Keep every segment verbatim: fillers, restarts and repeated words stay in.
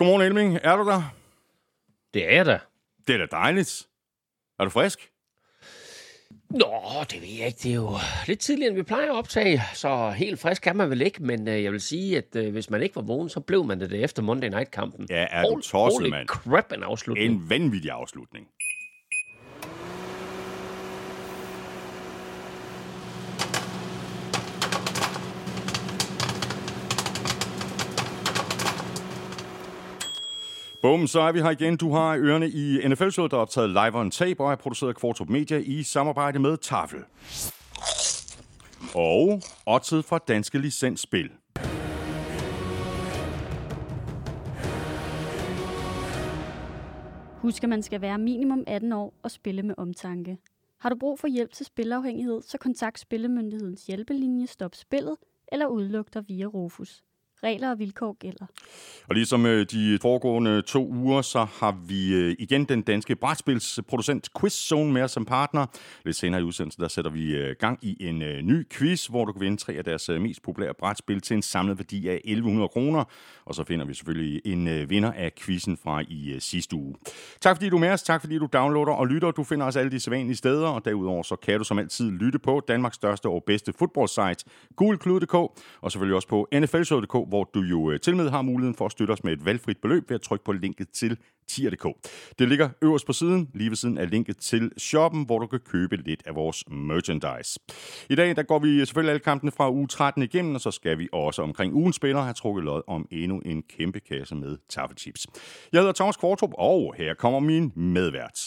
Godmorgen, Elming. Er du der? Det er jeg da. Det er da dejligt. Er du frisk? Nå, det ved jeg ikke. Det er jo lidt tidligere, end vi plejer at optage, så helt frisk kan man vel ikke. Men øh, jeg vil sige, at øh, hvis man ikke var vågen, så blev man det, det efter Monday Night-kampen. Ja, er du tosset, mand? Holy crap, en afslutning. En vanvittig afslutning. Bum, så er vi her igen. Du har ørerne i N F L-showet, der er optaget live on tape og er produceret af Kvartrup Media i samarbejde med Tafel. Og oddset fra Danske Licensspil. Husk, at man skal være minimum atten år og spille med omtanke. Har du brug for hjælp til spilafhængighed, så kontakt Spillemyndighedens hjælpelinje Stop Spillet eller udluk dig via Rufus. Regler og vilkår gælder. Og ligesom de foregående to uger, så har vi igen den danske brætspilsproducent QuizZone med os som partner. Lidt senere i udsendelsen, der sætter vi gang i en ny quiz, hvor du kan vinde tre af deres mest populære brætspil til en samlet værdi af elleve hundrede kroner. Og så finder vi selvfølgelig en vinder af quizzen fra i sidste uge. Tak fordi du er med os, tak fordi du downloader og lytter. Du finder os alle de sædvanlige steder, og derudover så kan du som altid lytte på Danmarks største og bedste fodboldsite, gulklud punktum d k, og selvfølgelig også på N F L showet punktum d k, hvor du jo til med har muligheden for at støtte os med et valgfrit beløb ved at trykke på linket til tier punktum d k. Det ligger øverst på siden, lige ved siden af linket til shoppen, hvor du kan købe lidt af vores merchandise. I dag der går vi selvfølgelig alle kampene fra uge tretten igennem, og så skal vi også omkring ugens spillere have trukket lod om endnu en kæmpe kasse med taffelchips. Jeg hedder Thomas Kvartrup, og her kommer min medvært.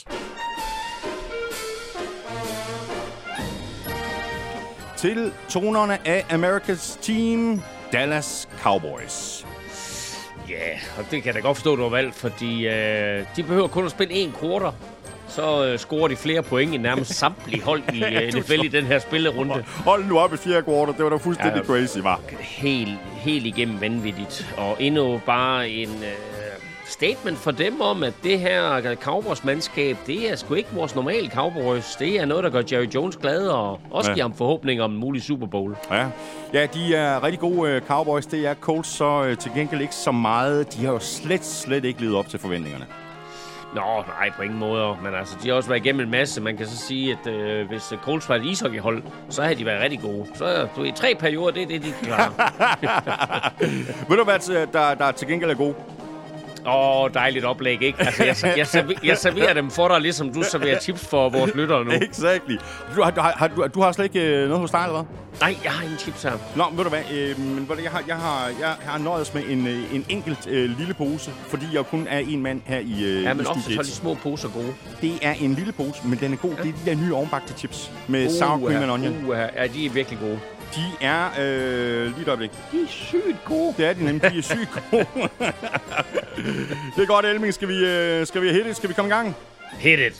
Til tonerne af America's Team, Dallas Cowboys. Ja, yeah, og det kan jeg da godt forstå, du har valgt, fordi øh, de behøver kun at spille en quarter, så øh, scorer de flere point end nærmest samtlige hold i øh, N F L i den her spillerunde. Hold nu op i fjerde quarter, det var da fuldstændig ja, crazy, var. Helt, helt igennem vanvittigt, og endnu bare en øh, statement for dem om, at det her Cowboys-mandskab, det er sgu ikke vores normale Cowboys. Det er noget, der gør Jerry Jones glad, og også ja. giver ham forhåbninger om en mulig Super Bowl. Ja, ja de er rigtig gode uh, Cowboys. Det er Colts så uh, til gengæld ikke så meget. De har jo slet, slet ikke levet op til forventningerne. Nå, nej, på ingen måde. Men altså, de har også været igennem en masse. Man kan så sige, at øh, hvis Colts var et ishockeyhold, så havde de været rigtig gode. Så du, i tre perioder, det er det, de klarer. Ved du hvad, der, der til gengæld er gode? Åh, oh, dejligt oplæg, ikke? Altså, jeg, jeg, server, jeg serverer dem for dig, ligesom du serverer tips for vores lyttere nu. Exactly. Du har, har, du, du har slet ikke øh, noget hos dig, eller hvad? Nej, jeg har ingen tips her. Nå, ved du hvad? Øh, men jeg har, jeg har, jeg har nøjes med en, en enkelt øh, lille pose, fordi jeg kun er en mand her i øh, Ja, men ofte studiet. så er de små poser gode. Det er en lille pose, men den er god. Ja. Det er de der nye ovenbagte chips med uh, sour cream and onion. Uh, ja, de er virkelig gode. De er, øh, lige et øjeblik. De er sygt gode. Det er de nemlig, de er sygt gode. Det er godt, Elming. Skal vi, øh, skal vi hit it? Skal vi komme i gang? Hit it.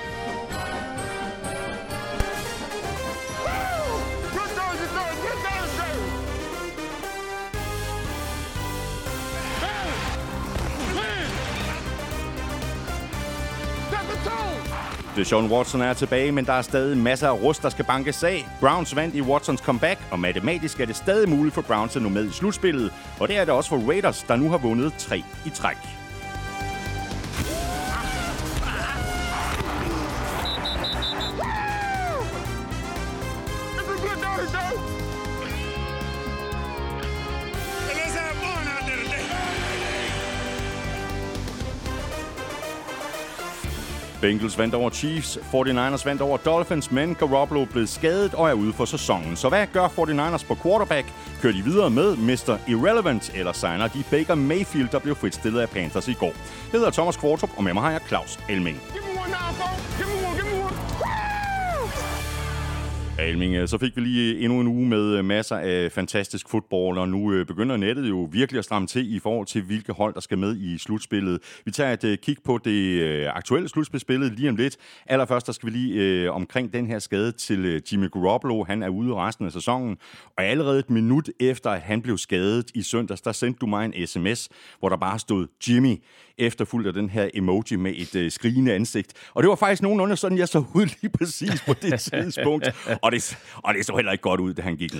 Deshaun Watson er tilbage, men der er stadig masser af rust, der skal bankes af. Browns vandt i Watsons comeback, og matematisk er det stadig muligt for Browns at nå med i slutspillet. Og det er det også for Raiders, der nu har vundet tre i træk. Bengals vandt over Chiefs, forty-niners vandt over Dolphins, men Garoppolo blev skadet og er ude for sæsonen. Så hvad gør forty-niners på quarterback? Kører de videre med mister Irrelevant, eller signer de Baker Mayfield, der blev fritstillet af Panthers i går? Jeg hedder Thomas Kvartrup, og med mig har jeg Claus Elming. Elming, så fik vi lige endnu en uge med masser af fantastisk fodbold, og nu begynder nettet jo virkelig at stramme til i forhold til, hvilke hold, der skal med i slutspillet. Vi tager et kig på det aktuelle slutspilsbillede lige om lidt. Allerførst, der skal vi lige øh, omkring den her skade til Jimmy Garoppolo. Han er ude resten af sæsonen, og allerede et minut efter, at han blev skadet i søndags, der sendte du mig en sms, hvor der bare stod Jimmy, efterfulgt af den her emoji med et øh, skrigende ansigt. Og det var faktisk nogenlunde sådan, jeg så ud lige præcis på det tidspunkt. Og det, og det så heller ikke godt ud, da han gik ned.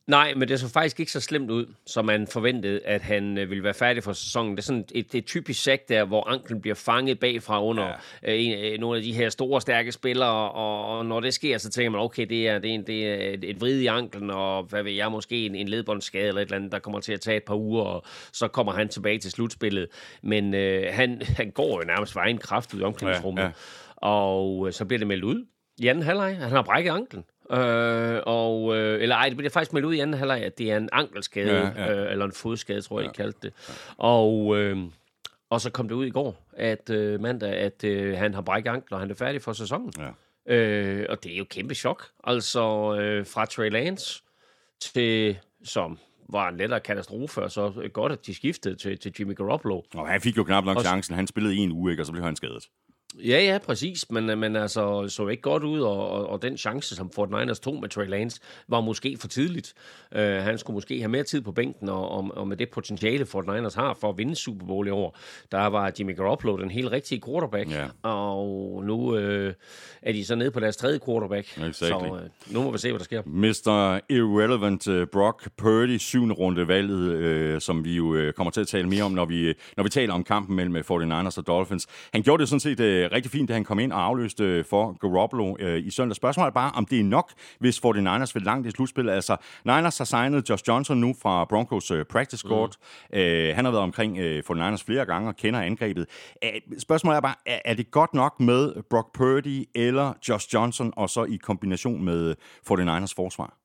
Nej, men det så faktisk ikke så slemt ud, som man forventede, at han øh, ville være færdig for sæsonen. Det er sådan et, et typisk sack der, hvor anklen bliver fanget bagfra under ja. øh, en, øh, nogle af de her store, stærke spillere, og, og når det sker, så tænker man, okay, det er, det er, en, det er et, et vrid i anklen, og hvad ved jeg, måske en, en ledbåndsskade eller et eller andet, der kommer til at tage et par uger, og så kommer han tilbage til slutspillet. Men øh, han, han går jo nærmest for egen kraft ud i omklædningsrummet, ja, ja. og øh, så bliver det meldt ud i anden halvleg. Han har brækket anklen. Øh, og, øh, eller ej, det bliver faktisk meldt ud i anden halvleg, at det er en ankelskade, ja, ja. Øh, eller en fodskade, tror jeg, ja. I kaldte det. Og, øh, og så kom det ud i går, at øh, mandag, at øh, han har brækket anklen, og han er færdig for sæsonen. Ja. Øh, og det er jo kæmpe chok. Altså øh, fra Trey Lance til, som var en lettere katastrofe, og så godt, at de skiftede til, til Jimmy Garoppolo. Og han fik jo knap nok chancen. Han spillede i en uge, ikke, og så blev han skadet. Ja, ja, præcis, men, men altså så ikke godt ud, og, og, og den chance, som forty-niners tog med Trey Lance, var måske for tidligt. Uh, han skulle måske have mere tid på bænken, og, og, og med det potentiale, forty-niners har for at vinde Super Bowl i år, der var Jimmy Garoppolo den helt rigtige quarterback, ja. Og nu uh, er de så nede på deres tredje quarterback, exactly. Så uh, nu må vi se, hvad der sker. mister Irrelevant uh, Brock Purdy, syvende runde valget, uh, som vi jo uh, kommer til at tale mere om, når vi, når vi taler om kampen mellem forty-niners og Dolphins. Han gjorde det sådan set uh, rigtig fint, da han kom ind og afløste for Garoppolo øh, i søndag. Spørgsmålet er bare, om det er nok, hvis forty-niners vil langt i slutspillet. Altså, Niners har signet Josh Johnson nu fra Broncos øh, practice squad. Mm. Øh, han har været omkring øh, forty-niners flere gange og kender angrebet. Æh, spørgsmålet er bare, er, er det godt nok med Brock Purdy eller Josh Johnson, og så i kombination med forty-niners forsvar?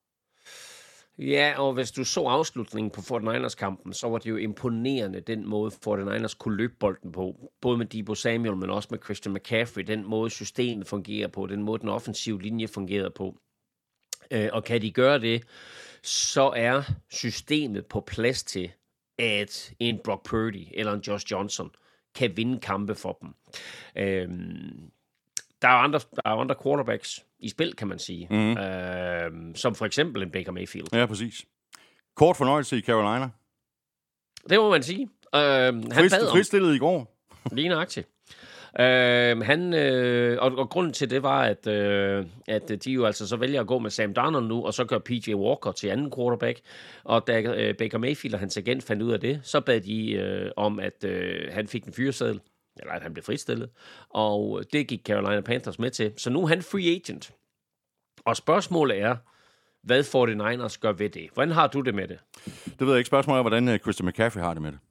Ja, og hvis du så afslutningen på forty-niners-kampen, så var det jo imponerende, den måde forty-niners kunne løbe bolden på. Både med Deebo Samuel, men også med Christian McCaffrey. Den måde systemet fungerer på, den måde den offensive linje fungerer på. Øh, og kan de gøre det, så er systemet på plads til, at en Brock Purdy eller en Josh Johnson kan vinde kampe for dem. Øh, Der er andre, der er andre quarterbacks i spil, kan man sige. Mm. Øh, som for eksempel en Baker Mayfield. Ja, præcis. Kort fornøjelse i Carolina. Det må man sige. Øh, han Frist, fristillet i går. Lige nøjagtigt. Øh, han, øh, og, og grunden til det var, at, øh, at de jo altså så vælger at gå med Sam Darnold nu, og så gør P J Walker til anden quarterback. Og da øh, Baker Mayfield og hans agent fandt ud af det, så bad de øh, om, at øh, han fik en fyreseddel. Eller at han blev fritstillet. Og det gik Carolina Panthers med til. Så nu er han free agent. Og spørgsmålet er, hvad forty-niners gør ved det? Hvordan har du det med det? Det ved jeg ikke. Spørgsmålet er, hvordan Christian McCaffrey har det med det.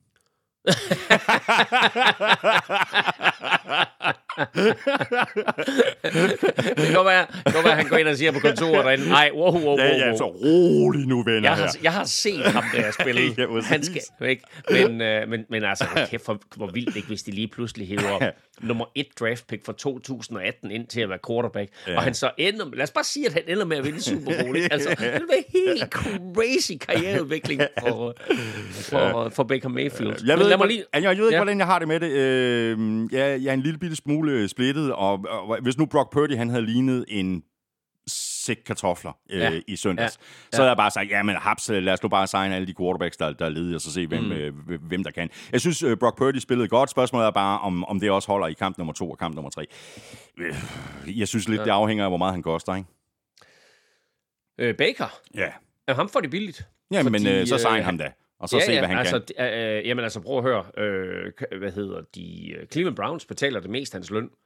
Det kan være, at han går ind og siger på kontoret derinde, nej, wow, wow, wow. Ja, ja, så rolig nu, venner. Jeg har, jeg har set ham, der jeg spillede. Ja, han skal, ikke? Men, øh, men, men altså, kæft, hvor, hvor vildt ikke, hvis de lige pludselig hæver nummer et draft pick for to tusind atten ind til at være quarterback. Ja. Og han så ender, lad os bare sige, at han ender med at vinde Super Bowl. Ikke? Altså, det vil være helt crazy karriereudvikling for, for, for Baker Mayfield. Jeg ved, ikke, lige... jeg, jeg ved ikke, ja. hvordan jeg har det med det. Øh, jeg, jeg er en lille bitte smule splittet, og, og hvis nu Brock Purdy, han havde lignet en sæk kartofler øh, ja. i søndags, ja. så havde jeg bare sagt, ja, men haps, lad os nu bare signe alle de quarterbacks, der, der er ledige, og så se, hvem, mm. øh, hvem der kan. Jeg synes, uh, Brock Purdy spillede godt. Spørgsmålet er bare, om, om det også holder i kamp nummer to og kamp nummer tre. Jeg synes lidt, ja. det afhænger af, hvor meget han koster, ikke? Øh, Baker? Ja. Ja, ham får det billigt. Ja, fordi, men øh, så sign øh, ham da. Og så ja, se, ja, hvad han altså, kan. Øh, jamen altså, prøv at høre. Øh, hvad hedder de? Cleveland Browns betaler det mest af hans løn.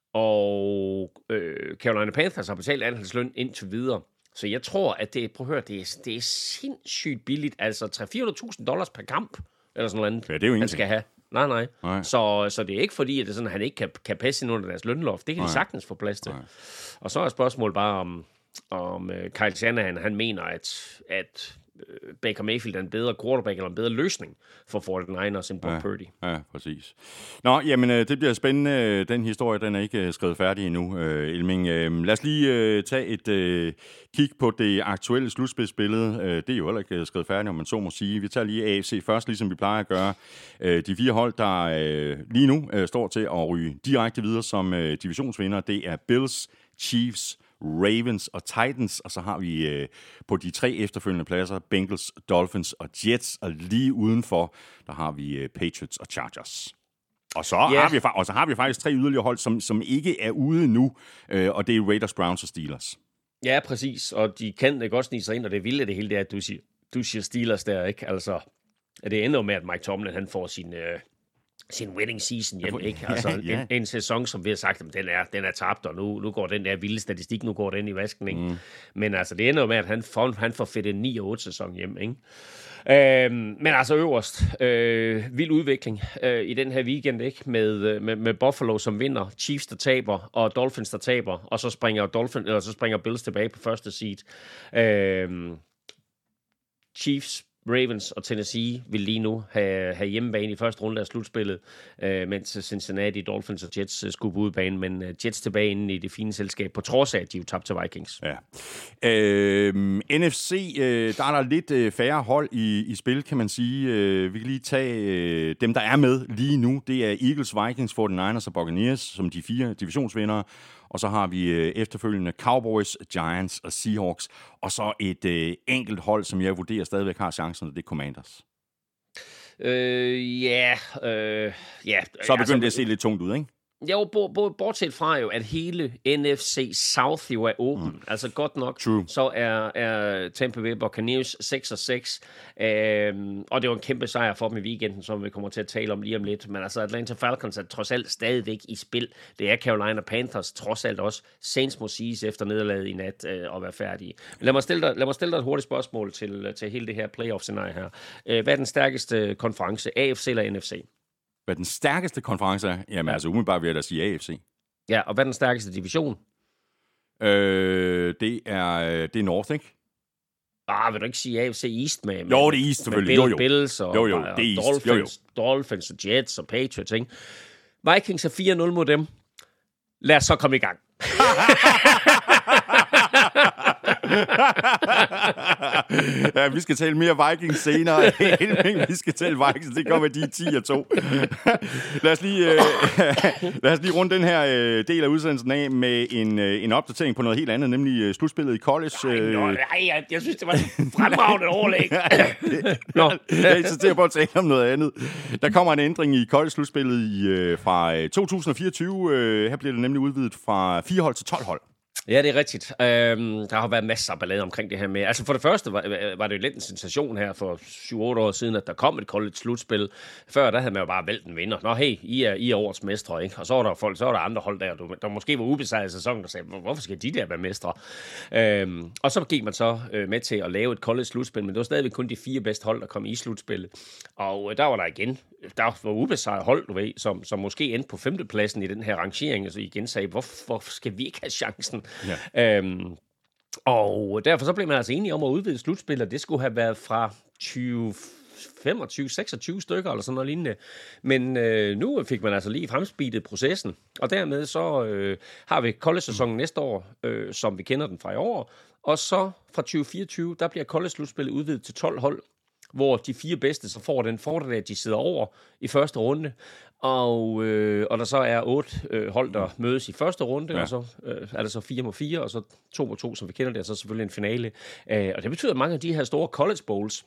Og øh, Carolina Panthers har betalt al hans løn indtil videre. Så jeg tror, at det, prøv at høre, det er, det er sindssygt billigt. Altså tre hundrede til fire hundrede tusind dollars per kamp, eller sådan noget andet, ja, det er jo han skal have. Nej, nej. nej. Så, så det er ikke fordi, at det er sådan, at han ikke kan, kan passe ind under deres lønloft. Det kan nej. de sagtens få plads til. Nej. Og så er spørgsmålet bare, om, om uh, Kyle Shanahan, han mener, at, at Baker Mayfield er en bedre quarterback eller en bedre løsning for forty-niners end Brock ja, Purdy. Ja, præcis. Nå, jamen, det bliver spændende. Den historie, den er ikke skrevet færdig endnu, Elming. Lad os lige tage et kig på det aktuelle slutspidsbillede. Det er jo heller ikke skrevet færdigt, om man så må sige. Vi tager lige A F C først, ligesom vi plejer at gøre. De fire hold, der lige nu står til at ryge direkte videre som divisionsvinder, det er Bills, Chiefs, Ravens og Titans, og så har vi øh, på de tre efterfølgende pladser Bengals, Dolphins og Jets, og lige udenfor, der har vi øh, Patriots og Chargers. Og så, yeah. har vi, og så har vi faktisk tre yderligere hold, som, som ikke er ude nu, øh, og det er Raiders, Browns og Steelers. Ja, præcis, og de kan det godt snige sig ind, og det vilde det hele, det er, at du siger, du siger Steelers der, ikke? Altså, det ender med, at Mike Tomlin, han får sin... Øh, sin winning season hjem, ikke? Altså ja, ja. En, en sæson, som vi har sagt, den er, den er tabt, og nu, nu går den der vilde statistik, nu går den i vasken, ikke? Mm. Men altså, det ender jo med, at han får, han får fedt en ni og otte sæson hjem, ikke? Øhm, men altså øverst, øh, vild udvikling øh, i den her weekend, ikke? Med, med, med Buffalo, som vinder, Chiefs, der taber, og Dolphins, der taber, og så springer, Dolphins, eller så springer Bills tilbage på første seed. Øh, Chiefs, Ravens og Tennessee vil lige nu have, have hjemmebane i første runde af slutspillet, øh, mens Cincinnati, Dolphins og Jets øh, skulle på udebane, men øh, Jets tilbage inde i det fine selskab, på trods af, at de jo tabte til Vikings. Ja. Øh, N F C, øh, der er der lidt øh, færre hold i, i spil, kan man sige. Øh, vi kan lige tage øh, dem, der er med lige nu. Det er Eagles, Vikings, forty-niners og Buccaneers, som de fire divisionsvindere. Og så har vi øh, efterfølgende Cowboys, Giants og Seahawks. Og så et øh, enkelt hold, som jeg vurderer stadigvæk har chancen, det er Commanders. Øh, ja, øh, ja. Så er begyndt altså, det at se lidt tungt ud, ikke? Jo, bortset fra jo, at hele N F C South jo er åben. Mm. Altså godt nok, True. så er, er Tampa Bay Buccaneers seks og seks. Øhm, og det var en kæmpe sejr for dem i weekenden, som vi kommer til at tale om lige om lidt. Men altså Atlanta Falcons er trods alt stadigvæk i spil. Det er Carolina Panthers trods alt også. Saints må siges efter nederlaget i nat øh, at være færdige. Men lad mig stille dig, lad mig stille dig et hurtigt spørgsmål til, til hele det her playoff-scenarie her. Øh, hvad er den stærkeste konference? A F C eller N F C? Hvad den stærkeste konference er? Jamen ja. altså umiddelbart vil jeg da sige A F C. Ja, og hvad er den stærkeste division? Øh, det er det er North, ikke? Ah, vil du ikke sige A F C East med? med jo, det er East selvfølgelig. Bill, jo, jo. Bills og, jo, jo, og det er Dolphins, jo, jo. Dolphins og Jets og Patriots, ikke? Vikings er fire nul mod dem. Lad os så komme i gang. Ja, vi skal tale mere Vikings senere. Vi skal tale Vikings. Det kommer de ti og to. Lad os lige, øh, lad os lige runde den her øh, del af udsendelsen af med en, øh, en opdatering på noget helt andet, nemlig øh, slutspillet i college. Nej, øh. nej, jeg, jeg synes, det var fremragende overlæg. Nå. Jeg insisterer på at tale om noget andet. Der kommer en ændring i college-slutspillet i, øh, fra to tusind og fireogtyve. Øh, her bliver det nemlig udvidet fra fire hold til tolv hold. Ja, det er rigtigt. Øhm, der har været masser af ballade omkring det her med... Altså for det første var, var det jo lidt en sensation her for syv otte år siden, at der kom et college-slutspil. Før der havde man jo bare valgt en vinder. Nå hey, I er, I er årets mestre, ikke? Og så var der folk, så var der andre hold der, der måske var ubesejret i sæsonen, der sagde, hvorfor skal de der være mestre? Øhm, og så gik man så øh, med til at lave et college-slutspil, men det var stadigvæk kun de fire bedste hold, der kom i slutspillet. Og øh, der var der igen... Der var ubesejret hold, du ved, som, som måske endte på femtepladsen i den her rangering, og så igen sagde, hvorfor skal vi ikke have chancen? Ja. Øhm, og derfor så blev man altså enige om at udvide slutspillet. Det skulle have været fra tyve, femogtyve, seksogtyve stykker eller sådan noget lignende. Men øh, nu fik man altså lige fremspeedet processen, og dermed så øh, har vi college-sæsonen næste år, øh, som vi kender den fra i år, og så fra tyve fireogtyve, der bliver college-slutspillet udvidet til tolv hold, hvor de fire bedste så får den fordel, at de sidder over i første runde, og, øh, og der så er otte øh, hold, der mødes i første runde, ja. Og så øh, er der så fire mod fire, og så to mod to, som vi kender det, og så selvfølgelig en finale. Øh, og det betyder, at mange af de her store college bowls,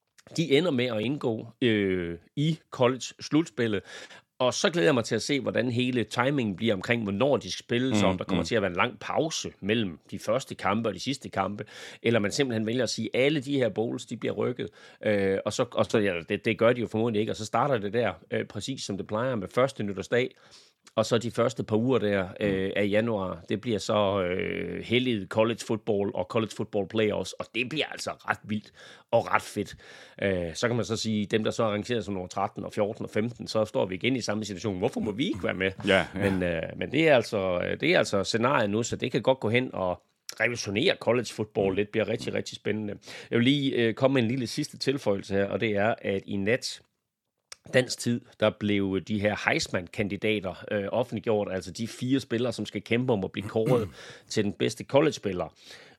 de ender med at indgå øh, i college-slutspillet. Og så glæder jeg mig til at se, hvordan hele timingen bliver omkring, hvornår de spiller, så om der kommer mm. til at være en lang pause mellem de første kampe og de sidste kampe, eller man simpelthen vælger at sige, at alle de her bowls, de bliver rykket, øh, og så, og så ja, det, det gør de jo formodentlig ikke, og så starter det der, øh, præcis som det plejer, med første nytårsdag, og så de første par uger der øh, af januar, det bliver så øh, helliget college football og college football playoffs, og det bliver altså ret vildt og ret fedt. Øh, så kan man så sige, dem der så er arrangeret som nummer tretten og fjorten og femten, så står vi igen i samme situation. Hvorfor må vi ikke være med? Ja, ja. Men, øh, men det er altså det er altså scenariet nu, så det kan godt gå hen og revolutionere college football. Det bliver rigtig, rigtig spændende. Jeg vil lige øh, komme med en lille sidste tilføjelse her, og det er, at i nat dansk tid, der blev de her Heisman-kandidater øh, offentliggjort, altså de fire spillere, som skal kæmpe om at blive kåret til den bedste college-spiller.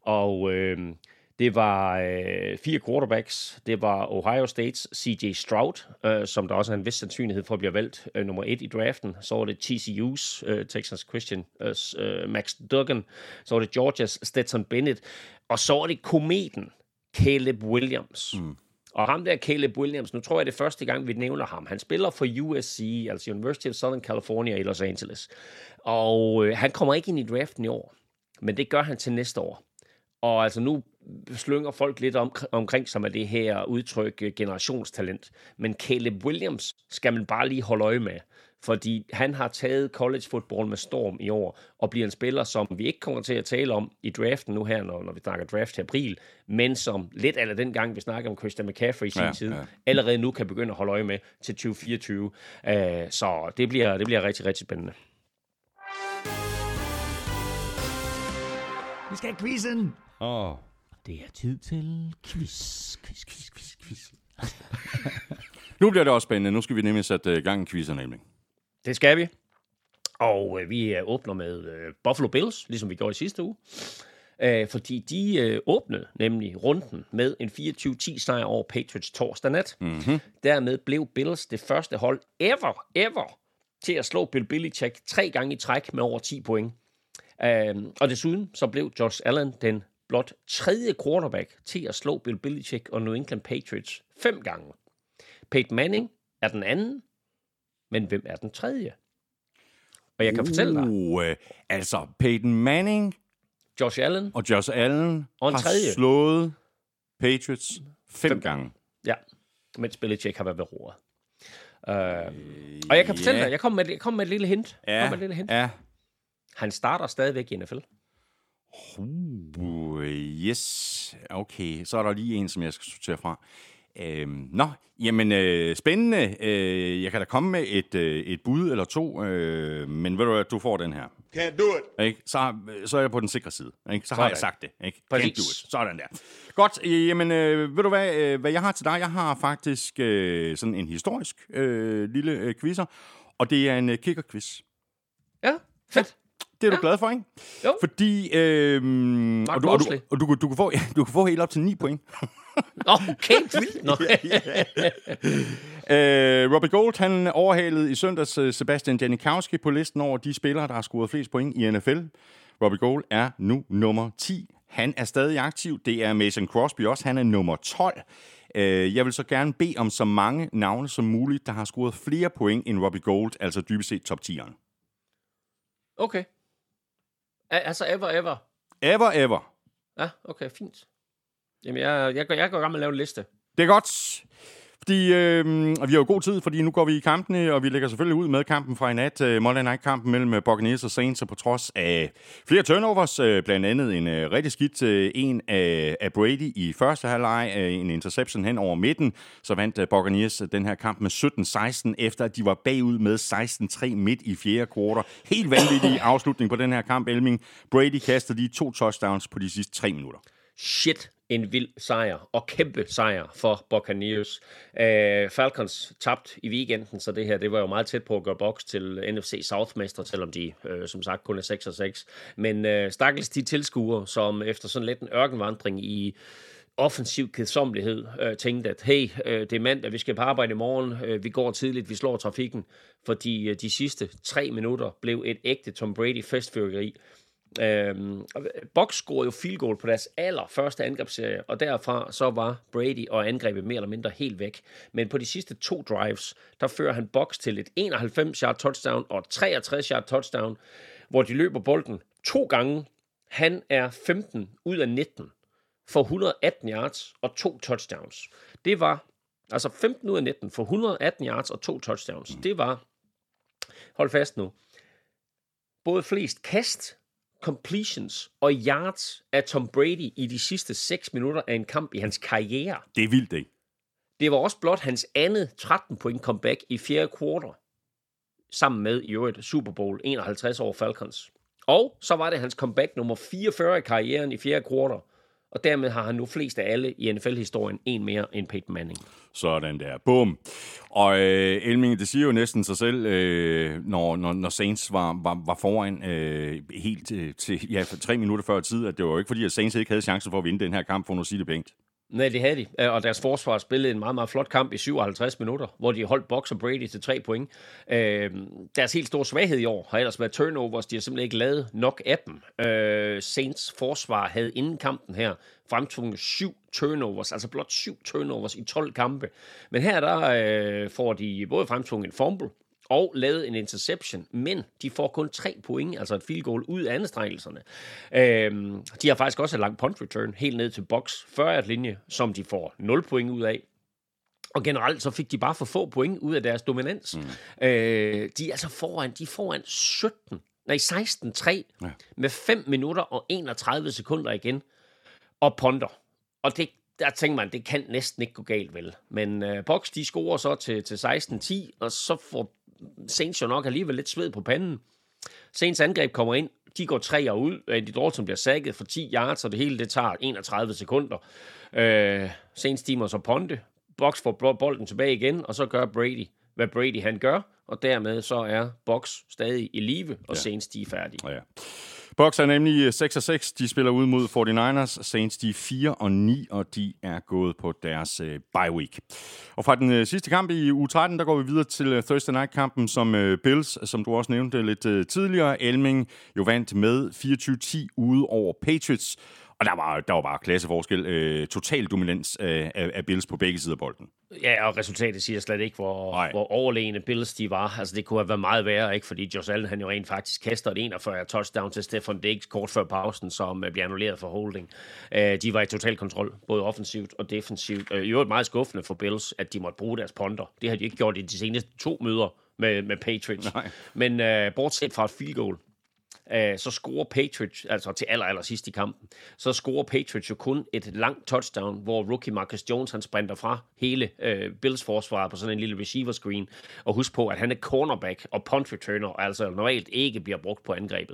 Og øh, det var øh, fire quarterbacks. Det var Ohio States C J Stroud, øh, som der også er en vis sandsynlighed for at blive valgt øh, nummer et i draften. Så var det T C U's øh, Texas Christian øh, Max Duggan. Så var det Georgias Stetson Bennett. Og så var det kometen Caleb Williams. Mm. Og ham der, Caleb Williams, nu tror jeg, det er første gang, vi nævner ham. Han spiller for U S C, altså University of Southern California i Los Angeles. Og øh, han kommer ikke ind i draften i år, men det gør han til næste år. Og altså nu slynger folk lidt om, omkring sig med det her udtryk generationstalent. Men Caleb Williams skal man bare lige holde øje med. Fordi han har taget college football med storm i år, og bliver en spiller, som vi ikke kommer til at tale om i draften nu her, når, når vi snakker draft i april, men som lidt eller den gang, vi snakker om Christian McCaffrey i sin ja, tid, ja. allerede nu kan begynde at holde øje med til tyve fireogtyve. Uh, så det bliver, det bliver rigtig, rigtig spændende. Vi skal have quizzen! Åh. Oh. Det er tid til quiz, quiz, quiz, quiz, quiz. Nu bliver det også spændende. Nu skal vi nemlig sætte uh, gang i quizzen, nemlig. Det skal vi. Og øh, vi øh, åbner med øh, Buffalo Bills, ligesom vi gjorde i sidste uge. Æh, fordi de øh, åbnede nemlig runden med en fireogtyve ti sejr over Patriots torsdag nat. Mm-hmm. Dermed blev Bills det første hold ever, ever til at slå Bill Belichick tre gange i træk med over ti point. Æh, og desuden så blev Josh Allen den blot tredje quarterback til at slå Bill Belichick og New England Patriots fem gange. Peyton Manning er den anden, men hvem er den tredje? Og jeg kan uh, fortælle dig. Uh, altså, Peyton Manning, Josh Allen og Josh Allen og har tredje. slået Patriots fem, fem gange. Ja, mens Belichick har været ved roret. Uh, og jeg kan fortælle yeah. dig, jeg kommer med, kom med et lille hint. Ja, med et lille hint. ja. Han starter stadigvæk i N F L. Uh, yes, okay. Så er der lige en, som jeg skal sortere fra. Øhm, nå, jamen øh, spændende. Øh, jeg kan da komme med et, øh, et bud eller to, øh, men ved du hvad, du får den her. Can't do it. Ikke? Så, så er jeg på den sikre side. Ikke? Så har Sådan. jeg sagt det. Ikke? Præcis. Can't do it. Sådan der. Godt, øh, jamen øh, ved du hvad, øh, hvad jeg har til dig? Jeg har faktisk øh, sådan en historisk øh, lille øh, quizzer, og det er en øh, kicker-quiz. Ja, fedt. Det er du ja. glad for, ikke? Jo. Fordi, øh, og, du, og, du, og du, du, kan få, du kan få helt op til ni point. Okay, vildt. Nå. uh, Robbie Gould, han overhalede i søndags uh, Sebastian Janikowski på listen over de spillere, der har scoret flest point i N F L. Robbie Gould er nu nummer ti. Han er stadig aktiv. Det er Mason Crosby også. Han er nummer tolv. Uh, jeg vil så gerne bede om så mange navne som muligt, der har scoret flere point end Robbie Gould, altså dybest set top tieren. Okay. Altså ever, ever. Ever, ever. Ja, okay, fint. Jamen, jeg, jeg, går, jeg går i gang med at lave en liste. Det er godt. Fordi øh, vi har jo god tid, fordi nu går vi i kampene, og vi lægger selvfølgelig ud med kampen fra i nat. Uh, Monday Night-kampen mellem Buccaneers og Saints, og på trods af flere turnovers, uh, blandt andet en uh, rigtig skidt uh, en af, af Brady i første halvleg, uh, en interception hen over midten, så vandt uh, Buccaneers uh, den her kamp med sytten seksten, efter at de var bagud med seksten tre midt i fjerde kvartal. Helt vanvittig afslutning på den her kamp, Elming. Brady kastede lige to touchdowns på de sidste tre minutter. Shit. En vild sejr, og kæmpe sejr for Buccaneers. Uh, Falcons tabt i weekenden, så det her, det var jo meget tæt på at gøre Bucs til N F C South-mester, selvom de, uh, som sagt, kun er seks og seks. Men uh, stakkels de tilskuere, som efter sådan lidt en ørkenvandring i offensiv kedsommelighed, uh, tænkte, at hey, uh, det er mandag, vi skal på arbejde i morgen, uh, vi går tidligt, vi slår trafikken, fordi uh, de sidste tre minutter blev et ægte Tom Brady festfyrkeri. Øhm, Bucs scorede jo field goal på deres allerførste angrebsserie, og derfra så var Brady og angrebet mere eller mindre helt væk. Men på de sidste to drives, der fører han Bucs til et enoghalvfems yard touchdown og et treogtres yard touchdown, hvor de løber bolden to gange. Han er femten ud af nitten for et hundrede og atten yards og to touchdowns. Det var altså femten ud af nitten for et hundrede og atten yards og to touchdowns. Det var, hold fast nu, både flest kast, completions og yards af Tom Brady i de sidste seks minutter af en kamp i hans karriere. Det er vildt, ikke? Det var også blot hans andet tretten point comeback i fjerde kvartal, sammen med i øvrigt Super Bowl enoghalvtreds over Falcons. Og så var det hans comeback nummer fireogfyrre i karrieren i fjerde kvartal, og dermed har han nu flest af alle i N F L-historien en mere end Peyton Manning. Sådan der. Bum. Og øh, Elming, det siger jo næsten sig selv, øh, når, når, når Saints var, var, var foran øh, helt øh, til ja, for tre minutter før tid, at det var jo ikke fordi, at Saints ikke havde chancen for at vinde den her kamp, for nu at sige det pænt. Nej, det havde de. Og deres forsvar spillede en meget, meget flot kamp i syvoghalvtreds minutter, hvor de holdt Bucs og Brady til tre point. Øh, deres helt store svaghed i år har ellers været turnovers. De har simpelthen ikke lavet nok af dem. Øh, Saints forsvar havde inden kampen her fremtvunget syv turnovers, altså blot syv turnovers i tolv kampe. Men her der øh, får de både fremtvunget en fumble, og lavede en interception, men de får kun tre point, altså et field goal ud af anstrengelserne. Øhm, de har faktisk også et langt punt return, helt ned til box fyrre linje, som de får nul point ud af. Og generelt så fik de bare for få point ud af deres dominans. Mm. Øh, de er altså foran, de er foran sytten, nej seksten tre ja. Med fem minutter og enogtredive sekunder igen, og punter. Og det, der tænker man, det kan næsten ikke gå galt, vel. Men øh, Bucs, de scorer så til, til seksten ti, og så får Saints jo nok alligevel lidt sved på panden. Saints angreb kommer ind, de går tre og ud, Andy Dalton bliver sacket for ti yards, og det hele det tager enogtredive sekunder. Øh, Saints teamer så punte, Bucs får bolden tilbage igen, og så gør Brady, hvad Brady han gør, og dermed så er Bucs stadig i live, og ja. Saints de er færdige. Ja. Bucs er nemlig seks og seks, de spiller ud mod forty-niners, Saints de er fire og ni, og de er gået på deres uh, bye week. Og fra den uh, sidste kamp i uge tretten, der går vi videre til uh, Thursday Night-kampen, som uh, Bills, som du også nævnte lidt uh, tidligere, Elming jo vandt med fireogtyve ti ude over Patriots. Og der var, der var bare klasseforskel. Øh, total dominans af, af Bills på begge sider af bolden. Ja, og resultatet siger slet ikke, hvor, hvor overlegne Bills de var. Altså, det kunne have været meget værre, ikke? Fordi Josh Allen, han jo rent faktisk kaster et enogfyrre touchdown til Stefan Diggs kort før pausen, som uh, bliver annulleret for holding. Uh, de var i total kontrol, både offensivt og defensivt. Uh, I øvrigt meget skuffende for Bills, at de måtte bruge deres punter. Det har de ikke gjort i de seneste to møder med, med Patriots. Nej. Men uh, bortset fra et field goal, så scorer Patriots, altså til aller, aller sidst i kampen, så scorer Patriots jo kun et langt touchdown, hvor rookie Marcus Jones, han sprinter fra hele øh, Bills forsvar på sådan en lille receiver screen. Og husk på, at han er cornerback og punt returner, og altså normalt ikke bliver brugt på angrebet.